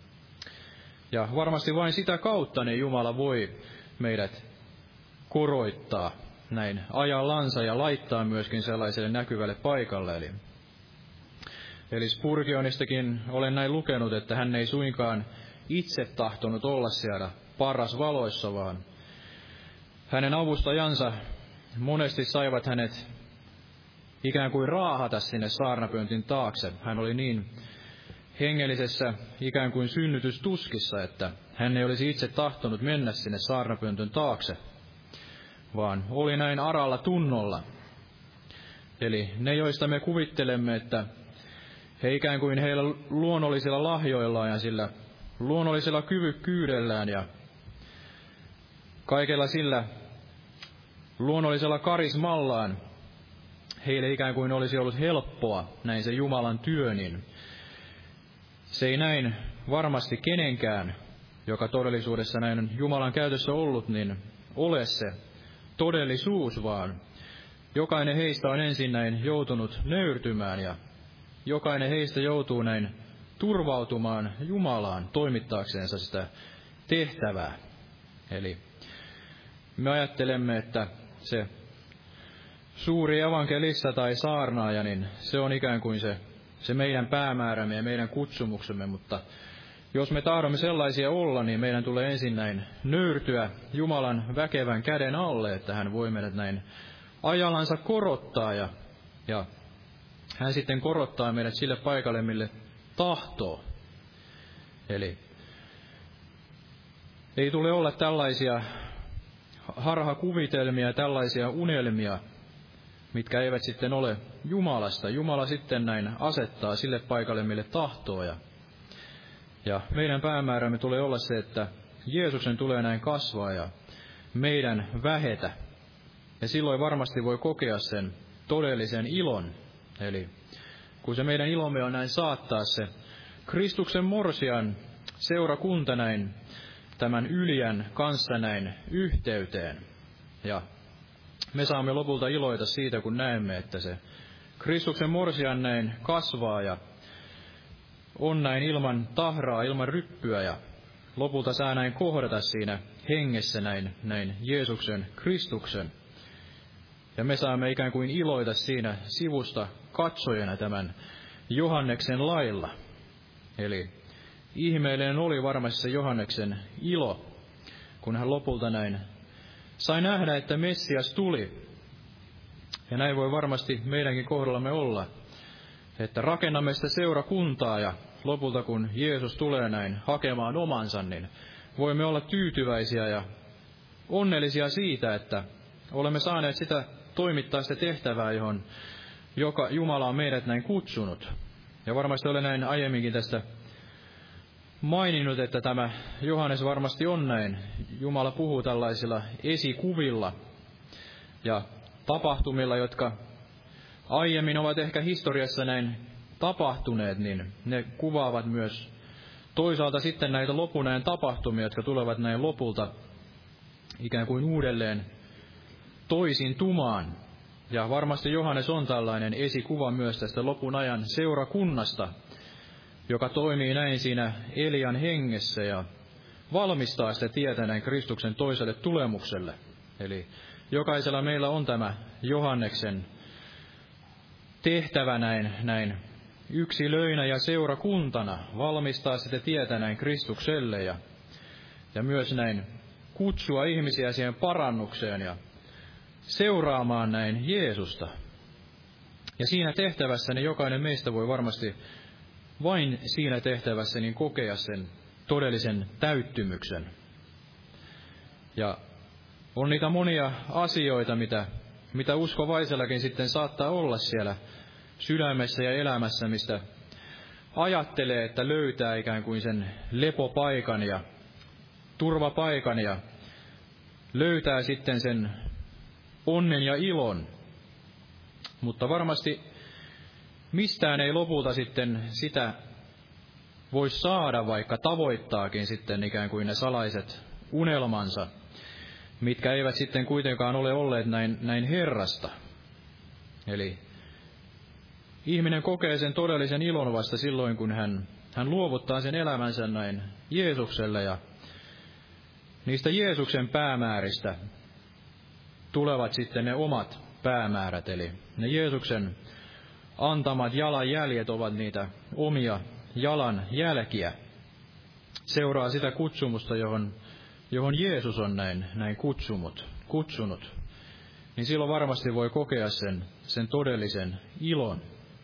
Ja varmasti vain sitä kautta niin Jumala voi meidät koroittaa näin ajallansa ja laittaa myöskin sellaiselle näkyvälle paikalle. Eli, eli Spurgeonistakin olen näin lukenut, että hän ei suinkaan itse tahtonut olla siellä paras valoissa, vaan hänen avustajansa monesti saivat hänet ikään kuin raahata sinne saarnapöntin taakse. Hän oli niin hengellisessä ikään kuin synnytystuskissa, että hän ei olisi itse tahtonut mennä sinne saarnapöntön taakse, vaan oli näin aralla tunnolla. Eli ne, joista me kuvittelemme, että he ikään kuin heillä luonnollisilla lahjoillaan ja sillä luonnollisella kyvykkyydellään ja kaikella sillä luonnollisella karismallaan heille ikään kuin olisi ollut helppoa näin se Jumalan työ, niin se ei näin varmasti kenenkään, joka todellisuudessa näin on Jumalan käytössä ollut, niin ole se todellisuus, vaan jokainen heistä on ensin näin joutunut nöyrtymään ja jokainen heistä joutuu näin turvautumaan Jumalaan toimittaakseensa sitä tehtävää. Eli me ajattelemme, että se suuri evankelista tai saarnaaja, niin se on ikään kuin se, se meidän päämäärämme ja meidän kutsumuksemme, mutta jos me tahdomme sellaisia olla, niin meidän tulee ensin näin nöyrtyä Jumalan väkevän käden alle, että hän voi meidät näin ajallansa korottaa ja, ja hän sitten korottaa meidät sille paikalle, mille tahtoo. Eli ei tule olla tällaisia harhakuvitelmia, tällaisia unelmia, mitkä eivät sitten ole Jumalasta. Jumala sitten näin asettaa sille paikalle, mille tahtoo. Ja, ja meidän päämäärämme tulee olla se, että Jeesuksen tulee näin kasvaa ja meidän vähetä. Ja silloin varmasti voi kokea sen todellisen ilon. Eli kun se meidän ilomme on näin saattaa se Kristuksen morsian seurakunta näin tämän Ylijän kanssa näin yhteyteen. Ja me saamme lopulta iloita siitä, kun näemme, että se Kristuksen morsian näin kasvaa ja on näin ilman tahraa, ilman ryppyä ja lopulta saa näin kohdata siinä hengessä näin, näin Jeesuksen Kristuksen. Ja me saamme ikään kuin iloita siinä sivusta katsojana tämän Johanneksen lailla. Eli ihmeellinen oli varmasti se Johanneksen ilo, kun hän lopulta näin sai nähdä, että Messias tuli. Ja näin voi varmasti meidänkin kohdallamme olla, että rakennamme sitä seurakuntaa ja lopulta kun Jeesus tulee näin hakemaan omansa, niin voimme olla tyytyväisiä ja onnellisia siitä, että olemme saaneet sitä toimittaa sitä tehtävää, johon joka Jumala on meidät näin kutsunut. Ja varmasti olen näin aiemminkin tästä maininnut, että tämä Johannes varmasti on näin. Jumala puhuu tällaisilla esikuvilla ja tapahtumilla, jotka aiemmin ovat ehkä historiassa näin tapahtuneet, niin ne kuvaavat myös toisaalta sitten näitä lopun ajan tapahtumia, jotka tulevat näin lopulta ikään kuin uudelleen toisin tumaan. Ja varmasti Johannes on tällainen esikuva myös tästä lopun ajan seurakunnasta, joka toimii näin siinä Elian hengessä ja valmistaa sitä tietä näin Kristuksen toiselle tulemukselle. Eli jokaisella meillä on tämä Johanneksen tehtävä näin, näin yksilöinä ja seurakuntana valmistaa sitä tietä näin Kristukselle ja, ja myös näin kutsua ihmisiä siihen parannukseen ja seuraamaan näin Jeesusta. Ja siinä tehtävässä niin jokainen meistä voi varmasti vain siinä tehtävässä niin kokea sen todellisen täyttymyksen. Ja on niitä monia asioita, mitä, mitä uskovaisellakin sitten saattaa olla siellä sydämessä ja elämässä, mistä ajattelee, että löytää ikään kuin sen lepopaikan ja turvapaikan ja löytää sitten sen onnen ja ilon. Mutta varmasti mistään ei lopulta sitten sitä voi saada, vaikka tavoittaakin sitten ikään kuin ne salaiset unelmansa, mitkä eivät sitten kuitenkaan ole olleet näin, näin Herrasta. Eli ihminen kokee sen todellisen ilon vasta silloin, kun hän, hän luovuttaa sen elämänsä näin Jeesukselle ja niistä Jeesuksen päämääristä tulevat sitten ne omat päämäärät, eli ne Jeesuksen antamat jalanjäljet ovat niitä omia jalanjälkiä. Seuraa sitä kutsumusta, johon, johon Jeesus on näin, näin kutsumut, kutsunut. Niin silloin varmasti voi kokea sen, sen todellisen ilon.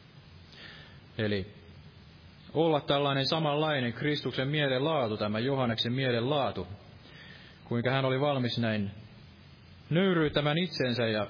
Eli olla tällainen samanlainen Kristuksen mielenlaatu, tämä Johanneksen mielenlaatu, kuinka hän oli valmis näin nöyryyttämään itsensä ja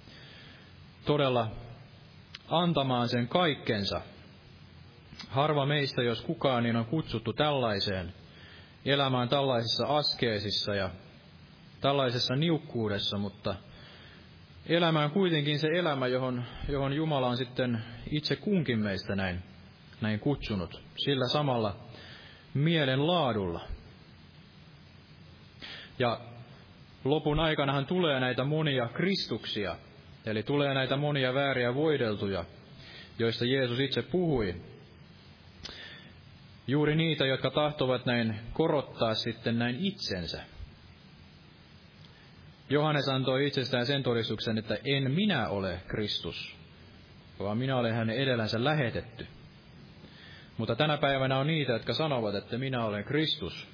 todella antamaan sen kaikkensa. Harva meistä, jos kukaan, niin on kutsuttu tällaiseen elämään tällaisissa askeesissa ja tällaisessa niukkuudessa, mutta elämään kuitenkin se elämä, johon, johon Jumala on sitten itse kunkin meistä näin, näin kutsunut, sillä samalla mielen laadulla. Ja lopun aikanahan tulee näitä monia Kristuksia, eli tulee näitä monia vääriä voideltuja, joista Jeesus itse puhui. Juuri niitä, jotka tahtovat näin korottaa sitten näin itsensä. Johannes antoi itsestään sen todistuksen, että en minä ole Kristus, vaan minä olen hänen edellänsä lähetetty. Mutta tänä päivänä on niitä, jotka sanovat, että minä olen Kristus.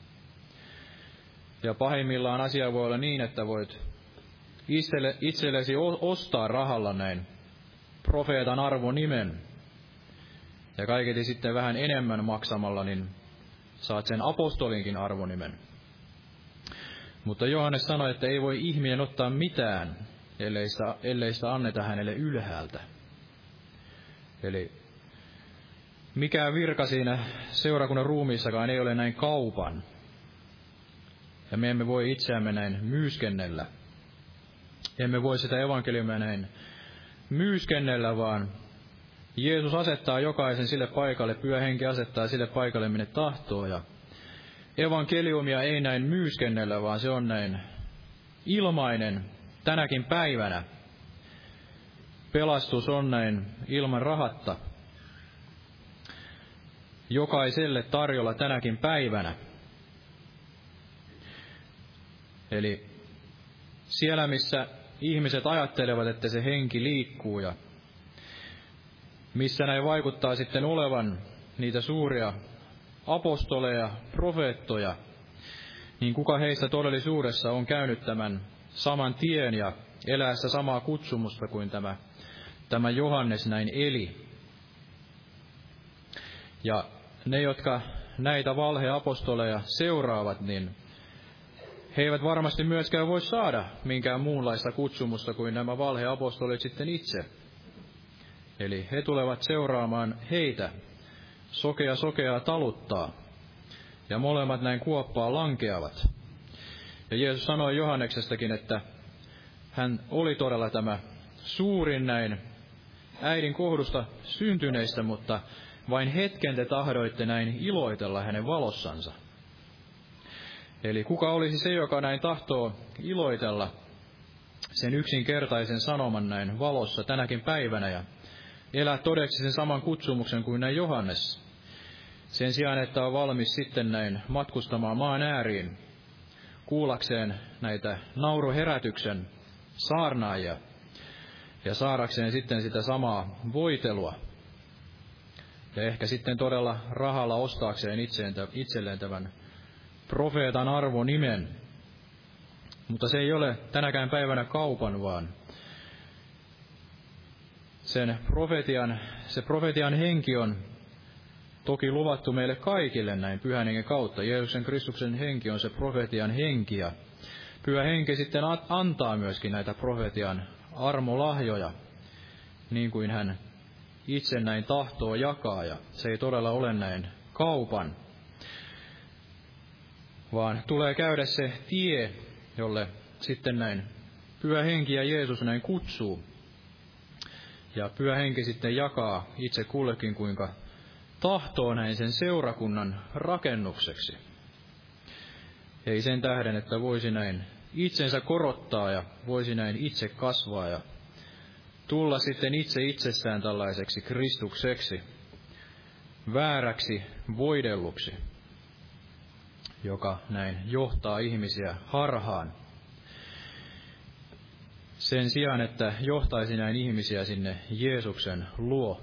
Ja pahimmillaan asia voi olla niin, että voit itselle, itsellesi ostaa rahalla näin profeetan arvonimen. Ja kaiketi sitten vähän enemmän maksamalla, niin saat sen apostolinkin arvonimen. Mutta Johannes sanoi, että ei voi ihminen ottaa mitään ellei sitä, ellei sitä anneta hänelle ylhäältä. Eli mikään virka siinä seurakunnan ruumiissakaan ei ole näin kaupan. Ja me emme voi itseämme näin myyskennellä. Emme voi sitä evankeliumia näin myyskennellä, vaan Jeesus asettaa jokaisen sille paikalle, Pyhä Henki asettaa sille paikalle, minne tahtoo. Ja evankeliumia ei näin myyskennellä, vaan se on näin ilmainen tänäkin päivänä. Pelastus on näin ilman rahatta. Jokaiselle tarjolla tänäkin päivänä. Eli siellä, missä ihmiset ajattelevat, että se henki liikkuu ja missä näin vaikuttaa sitten olevan niitä suuria apostoleja, profeettoja, niin kuka heistä todellisuudessa on käynyt tämän saman tien ja elää sitä samaa kutsumusta kuin tämä, tämä Johannes näin eli. Ja ne, jotka näitä valheapostoleja seuraavat, niin he eivät varmasti myöskään voi saada minkään muunlaista kutsumusta kuin nämä valheapostolit sitten itse. Eli he tulevat seuraamaan heitä, sokea sokeaa taluttaa, ja molemmat näin kuoppaa lankeavat. Ja Jeesus sanoi Johanneksestakin, että hän oli todella tämä suurin näin äidin kohdusta syntyneistä, mutta vain hetken te tahdoitte näin iloitella hänen valossansa. Eli kuka olisi se, joka näin tahtoo iloitella sen yksinkertaisen sanoman näin valossa tänäkin päivänä ja elää todeksi sen saman kutsumuksen kuin näin Johannes. Sen sijaan, että on valmis sitten näin matkustamaan maan ääriin, kuullakseen näitä nauruherätyksen saarnaajia ja saadakseen sitten sitä samaa voitelua. Ja ehkä sitten todella rahalla ostaakseen itselleen tämän profeetan arvonimen. Mutta se ei ole tänäkään päivänä kaupan, vaan sen profetian, se profetian henki on toki luvattu meille kaikille näin Pyhän Hengen kautta. Jeesuksen Kristuksen henki on se profetian henki, ja Pyhä Henki sitten antaa myöskin näitä profetian armolahjoja, niin kuin hän itse näin tahtoo jakaa, ja se ei todella ole näin kaupan, vaan tulee käydä se tie, jolle sitten näin Pyhä Henki ja Jeesus näin kutsuu. Ja Pyhä Henki sitten jakaa itse kullekin, kuinka tahtoo näin sen seurakunnan rakennukseksi. Ei sen tähden, että voisi näin itsensä korottaa ja voisi näin itse kasvaa ja tulla sitten itse itsessään tällaiseksi Kristukseksi, vääräksi voidelluksi, joka näin johtaa ihmisiä harhaan. Sen sijaan, että johtaisi näin ihmisiä sinne Jeesuksen luo.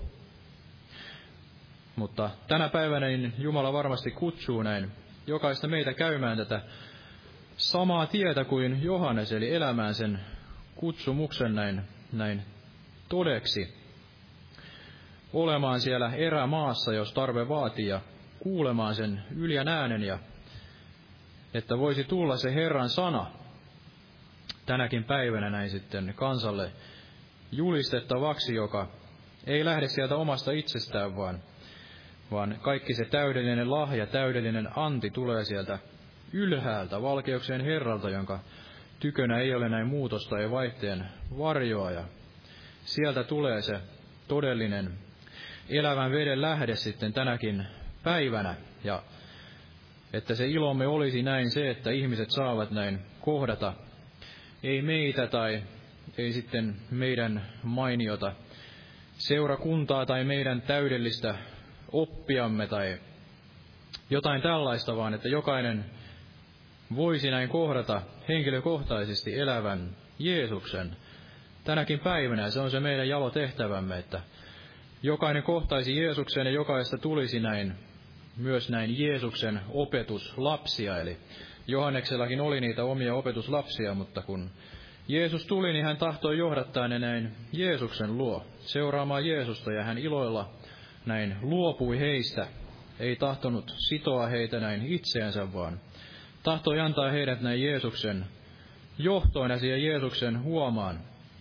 Mutta tänä päivänä niin Jumala varmasti kutsuu näin jokaista meitä käymään tätä samaa tietä kuin Johannes, eli elämään sen kutsumuksen näin, näin todeksi. Olemaan siellä erämaassa, jos tarve vaatii, ja kuulemaan sen yljän äänen, ja että voisi tulla se Herran sana tänäkin päivänä näin sitten kansalle julistettavaksi, joka ei lähde sieltä omasta itsestään, vaan, vaan kaikki se täydellinen lahja, täydellinen anti tulee sieltä ylhäältä, valkeuksien Herralta, jonka tykönä ei ole näin muutosta ja vaihteen varjoa, ja sieltä tulee se todellinen elävän veden lähde sitten tänäkin päivänä, ja että se ilomme olisi näin se, että ihmiset saavat näin kohdata, ei meitä tai ei sitten meidän mainiota seurakuntaa tai meidän täydellistä oppiamme tai jotain tällaista, vaan että jokainen voisi näin kohdata henkilökohtaisesti elävän Jeesuksen tänäkin päivänä. Se on se meidän jalo tehtävämme, että jokainen kohtaisi Jeesuksen ja jokaista tulisi näin myös näin Jeesuksen opetuslapsia. Eli Johanneksellakin oli niitä omia opetuslapsia, mutta kun Jeesus tuli, niin hän tahtoi johdattaa ne näin Jeesuksen luo, seuraamaan Jeesusta, ja hän iloilla näin luopui heistä, ei tahtonut sitoa heitä näin itseänsä, vaan tahtoi antaa heidät näin Jeesuksen johtoon ja siihen Jeesuksen huomaan,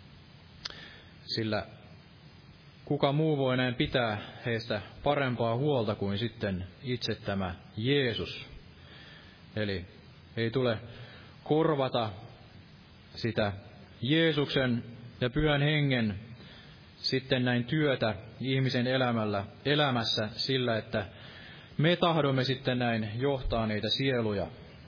sillä kuka muu voi näin pitää heistä parempaa huolta kuin sitten itse tämä Jeesus. Eli ei tule korvata sitä Jeesuksen ja Pyhän Hengen sitten näin työtä ihmisen elämällä, elämässä sillä, että me tahdomme sitten näin johtaa niitä sieluja,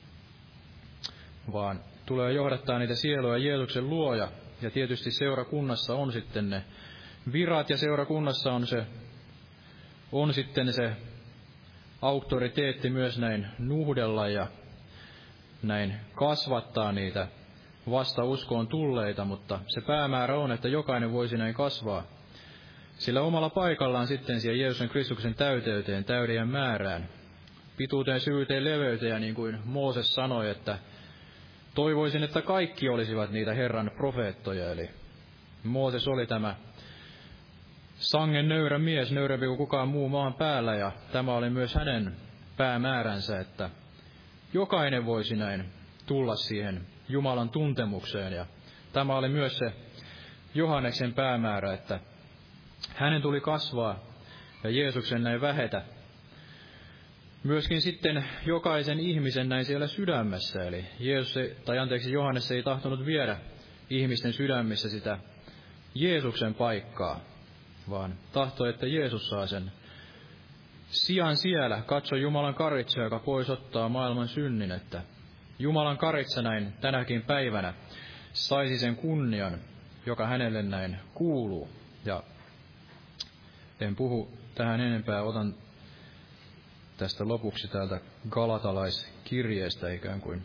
vaan tulee johdattaa niitä sieluja Jeesuksen luoja. Ja tietysti seurakunnassa on sitten ne virat ja seurakunnassa on, se, on sitten se auktoriteetti myös näin nuhdella ja näin kasvattaa niitä vasta uskoon tulleita, mutta se päämäärä on, että jokainen voisi näin kasvaa. Sillä omalla paikallaan sitten siihen Jeesuksen Kristuksen täyteyteen, täyden määrään, pituuteen, syvyyteen, leveyteen, niin kuin Mooses sanoi, että toivoisin, että kaikki olisivat niitä Herran profeettoja. Eli Mooses oli tämä sangen nöyrä mies, nöyrempi kuin kukaan muu maan päällä, ja tämä oli myös hänen päämääränsä, että jokainen voisi näin tulla siihen Jumalan tuntemukseen. Ja tämä oli myös se Johanneksen päämäärä, että hänen tuli kasvaa ja Jeesuksen näin vähetä. Myöskin sitten jokaisen ihmisen näin siellä sydämessä, eli Jeesus, tai anteeksi, Johannes ei tahtonut viedä ihmisten sydämissä sitä Jeesuksen paikkaa, vaan tahtoi, että Jeesus saa sen sijan siellä. Katso Jumalan karitsa, joka pois ottaa maailman synnin, että Jumalan karitsa näin tänäkin päivänä saisi sen kunnian, joka hänelle näin kuuluu. Ja en puhu tähän enempää, otan tästä lopuksi täältä galatalaiskirjeestä ikään kuin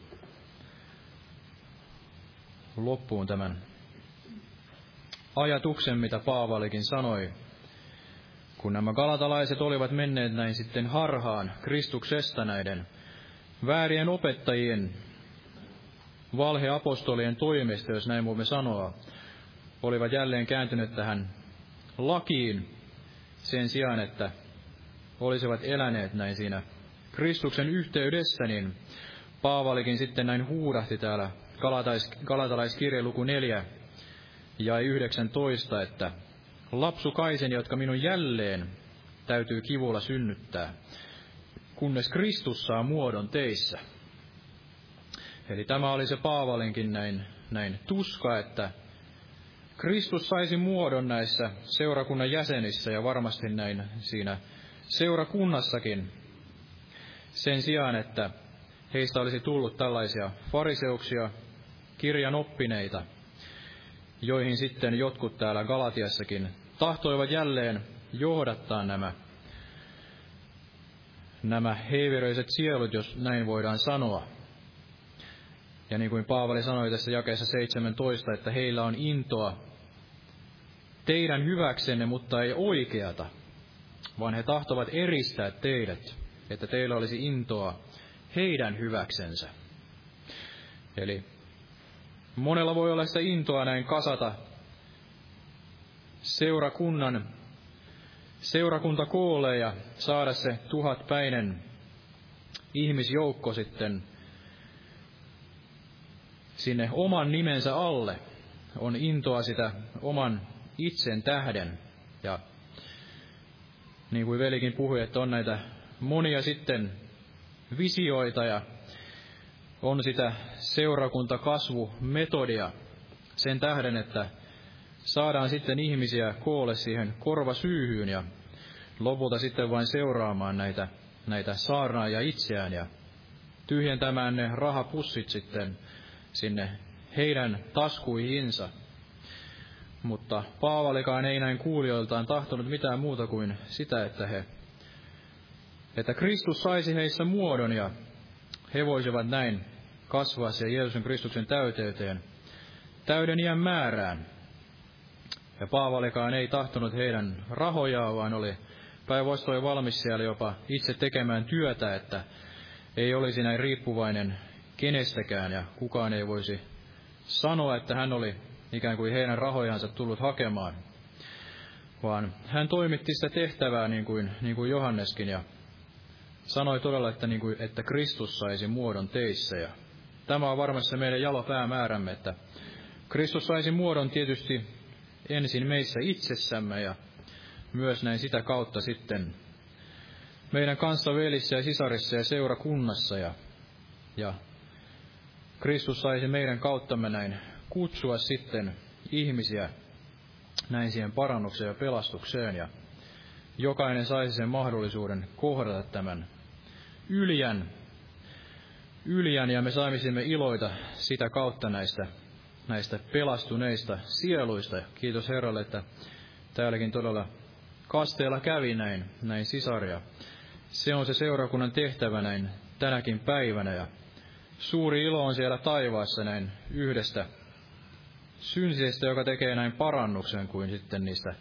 loppuun tämän ajatuksen, mitä Paavalikin sanoi, kun nämä galatalaiset olivat menneet näin sitten harhaan Kristuksesta näiden väärien opettajien, valheapostolien toimesta, jos näin voimme sanoa, olivat jälleen kääntyneet tähän lakiin sen sijaan, että olisivat eläneet näin siinä Kristuksen yhteydessä, niin Paavalikin sitten näin huudahti täällä Galatais, Galatalaiskirje luku neljä ja yhdeksäntoista, että lapsukaisen, jotka minun jälleen täytyy kivulla synnyttää, kunnes Kristus saa muodon teissä. Eli tämä oli se Paavalinkin näin, näin tuska, että Kristus saisi muodon näissä seurakunnan jäsenissä ja varmasti näin siinä seurakunnassakin sen sijaan, että heistä olisi tullut tällaisia fariseuksia, kirjan oppineita, joihin sitten jotkut täällä Galatiassakin tahtoivat jälleen johdattaa nämä, nämä heiveröiset sielut, jos näin voidaan sanoa. Ja niin kuin Paavali sanoi tässä jakeessa seitsemäntoista, että heillä on intoa teidän hyväksenne, mutta ei oikeata, vaan he tahtovat eristää teidät, että teillä olisi intoa heidän hyväksensä. Eli monella voi olla sitä intoa näin kasata seurakunnan, seurakuntakoolle ja saada se tuhatpäinen ihmisjoukko sitten sinne oman nimensä alle. On intoa sitä oman itsen tähden. Ja niin kuin velikin puhui, että on näitä monia sitten visioita ja on sitä seurakuntakasvumetodia sen tähden, että saadaan sitten ihmisiä koolle siihen korvasyyhyyn ja lopulta sitten vain seuraamaan näitä, näitä saarnaajia itseään ja tyhjentämään ne rahapussit sitten sinne heidän taskuihinsa. Mutta Paavalikaan ei näin kuulijoiltaan tahtonut mitään muuta kuin sitä, että he, että Kristus saisi heissä muodon ja he voisivat näin kasvaa siihen Jeesuksen Kristuksen täyteyteen, täyden iän määrään. Ja Paavalikaan ei tahtonut heidän rahojaan, vaan oli päinvastoin valmis siellä jopa itse tekemään työtä, että ei olisi näin riippuvainen kenestäkään ja kukaan ei voisi sanoa, että hän oli ikään kuin heidän rahojansa tullut hakemaan, vaan hän toimitti sitä tehtävää niin kuin, niin kuin Johanneskin ja sanoi todella, että, niin kuin, että Kristus saisi muodon teissä. Ja tämä on varmasti se meidän jalo päämäärämme, että Kristus saisi muodon tietysti ensin meissä itsessämme ja myös näin sitä kautta sitten meidän kanssavelissä ja sisarissa ja seurakunnassa. Ja, ja Kristus saisi meidän kauttamme näin kutsua sitten ihmisiä näin siihen parannukseen ja pelastukseen. Ja jokainen saisi sen mahdollisuuden kohdata tämän yljän, yljän ja me saisimme iloita sitä kautta näistä, näistä pelastuneista sieluista. Kiitos Herralle, että täälläkin todella kasteella kävi näin, näin sisaria. Se on se seurakunnan tehtävä näin tänäkin päivänä ja suuri ilo on siellä taivaassa näin yhdestä synsisestä, joka tekee näin parannuksen kuin sitten niistä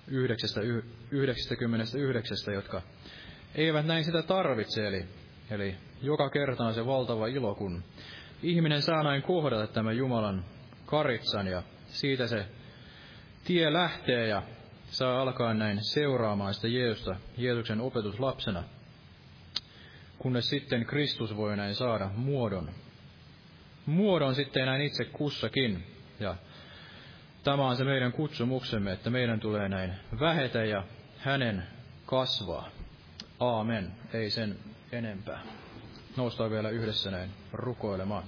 yhdeksästäkymmenestäyhdeksästä, jotka eivät näin sitä tarvitse. Eli, eli joka kerta on se valtava ilo, kun ihminen saa näin kohdata tämän Jumalan karitsan ja siitä se tie lähtee ja saa alkaa näin seuraamaan sitä Jeesusta Jeesuksen opetuslapsena, kunnes sitten Kristus voi näin saada muodon. Muodon sitten näin itse kussakin. Ja tämä on se meidän kutsumuksemme, että meidän tulee näin vähetä ja hänen kasvaa. Aamen. Ei sen enempää. Noustaan vielä yhdessä näin rukoilemaan.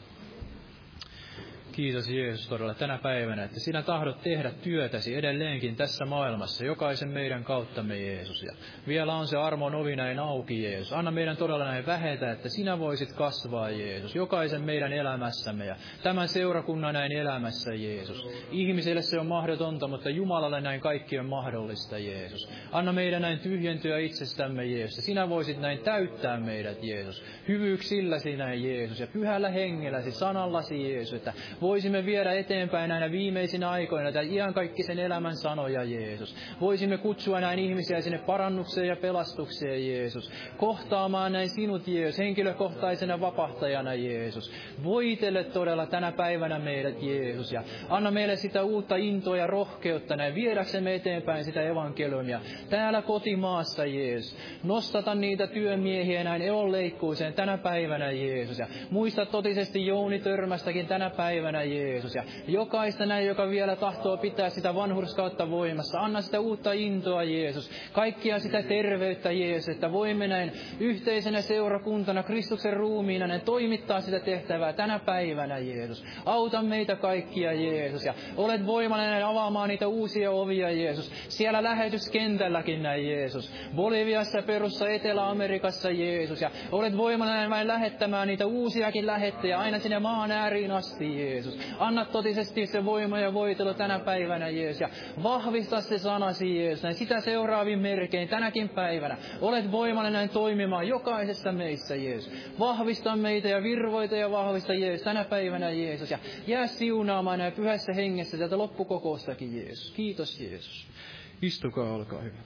Kiitos Jeesus todella tänä päivänä, että sinä tahdot tehdä työtäsi edelleenkin tässä maailmassa, jokaisen meidän kauttamme Jeesus. Ja vielä on se armon ovi näin auki Jeesus. Anna meidän todella näin vähetä, että sinä voisit kasvaa Jeesus, jokaisen meidän elämässämme ja tämän seurakunnan näin elämässä Jeesus. Ihmisille se on mahdotonta, mutta Jumalalle näin kaikki on mahdollista Jeesus. Anna meidän näin tyhjentyä itsestämme Jeesus, ja sinä voisit näin täyttää meidät Jeesus. Hyvyyeksilläsi näin Jeesus ja pyhällä hengelläsi, sanallasi Jeesus, että voisimme viedä eteenpäin näinä viimeisinä aikoina tämän iankaikkisen elämän sanoja, Jeesus. Voisimme kutsua näin ihmisiä sinne parannukseen ja pelastukseen, Jeesus. Kohtaamaan näin sinut, Jeesus, henkilökohtaisena vapahtajana, Jeesus. Voitele todella tänä päivänä meidät, Jeesus. Ja anna meille sitä uutta intoa ja rohkeutta näin viedäksemme eteenpäin sitä evankeliumia. Täällä kotimaassa, Jeesus. Nostata niitä työmiehiä näin eonleikkuuseen tänä päivänä, Jeesus. Ja muista totisesti Jouni Törmästäkin tänä päivänä, Jeesus. Ja jokaista näin, joka vielä tahtoo pitää sitä vanhurskautta voimassa. Anna sitä uutta intoa, Jeesus. Kaikkia sitä terveyttä, Jeesus, että voimme näin yhteisenä seurakuntana, Kristuksen ruumiina, näin toimittaa sitä tehtävää tänä päivänä, Jeesus. Auta meitä kaikkia, Jeesus. Ja olet voimallinen näin avaamaan niitä uusia ovia, Jeesus. Siellä lähetyskentälläkin näin, Jeesus. Boliviassa, Perussa, Etelä-Amerikassa, Jeesus. Ja olet voimallinen näin lähettämään niitä uusiakin lähettejä aina sinne maan ääriin asti, Jeesus. Anna totisesti se voima ja voitelu tänä päivänä, Jeesus. Ja vahvista se sanasi, Jeesus. Näin sitä seuraavin merkein tänäkin päivänä. Olet voimallinen näin toimimaan jokaisessa meissä, Jeesus. Vahvista meitä ja virvoita ja vahvista, Jeesus, tänä päivänä, Jeesus. Ja jää siunaamaan näin pyhässä hengessä tätä loppukokoustakin, Jeesus. Kiitos, Jeesus. Istukaa, olkaa hyvä.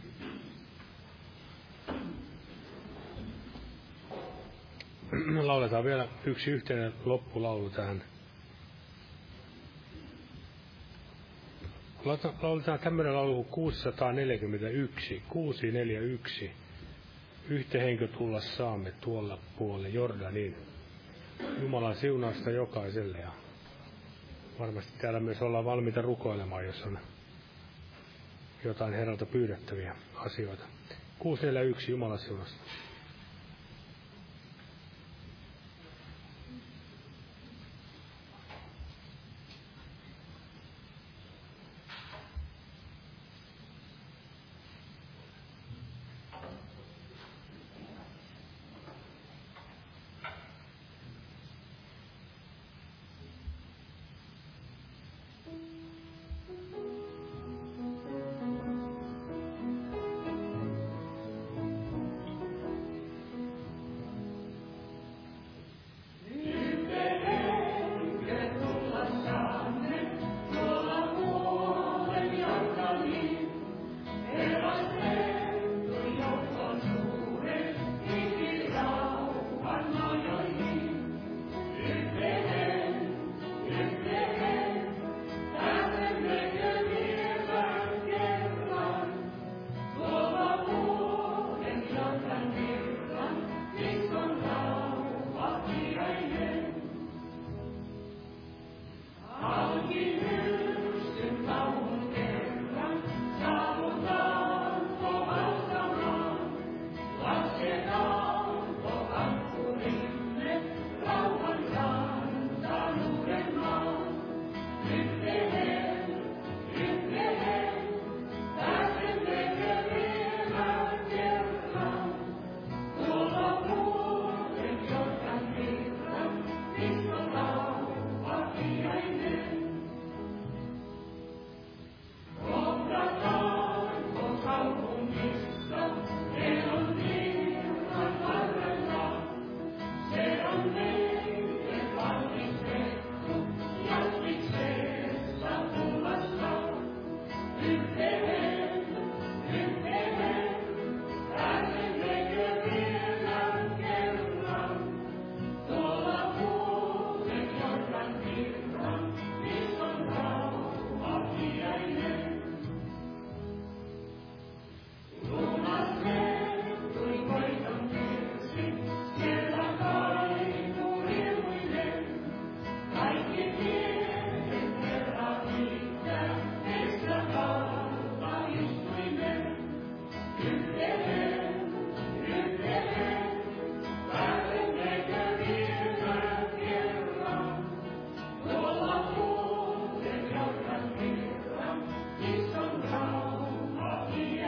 Lauletaan vielä yksi yhteinen loppulaulu tähän. Lauletaan tämmöinen laulu kuin kuusisataaneljäkymmentäyksi, kuusisataaneljäkymmentäyksi. Yhtä henkö tulla saamme tuolla puolelle Jordanin. Jumalan siunausta jokaiselle ja varmasti täällä myös ollaan valmiita rukoilemaan, jos on jotain Herralta pyydettäviä asioita. kuusisataaneljäkymmentäyksi, Jumalan siunausta.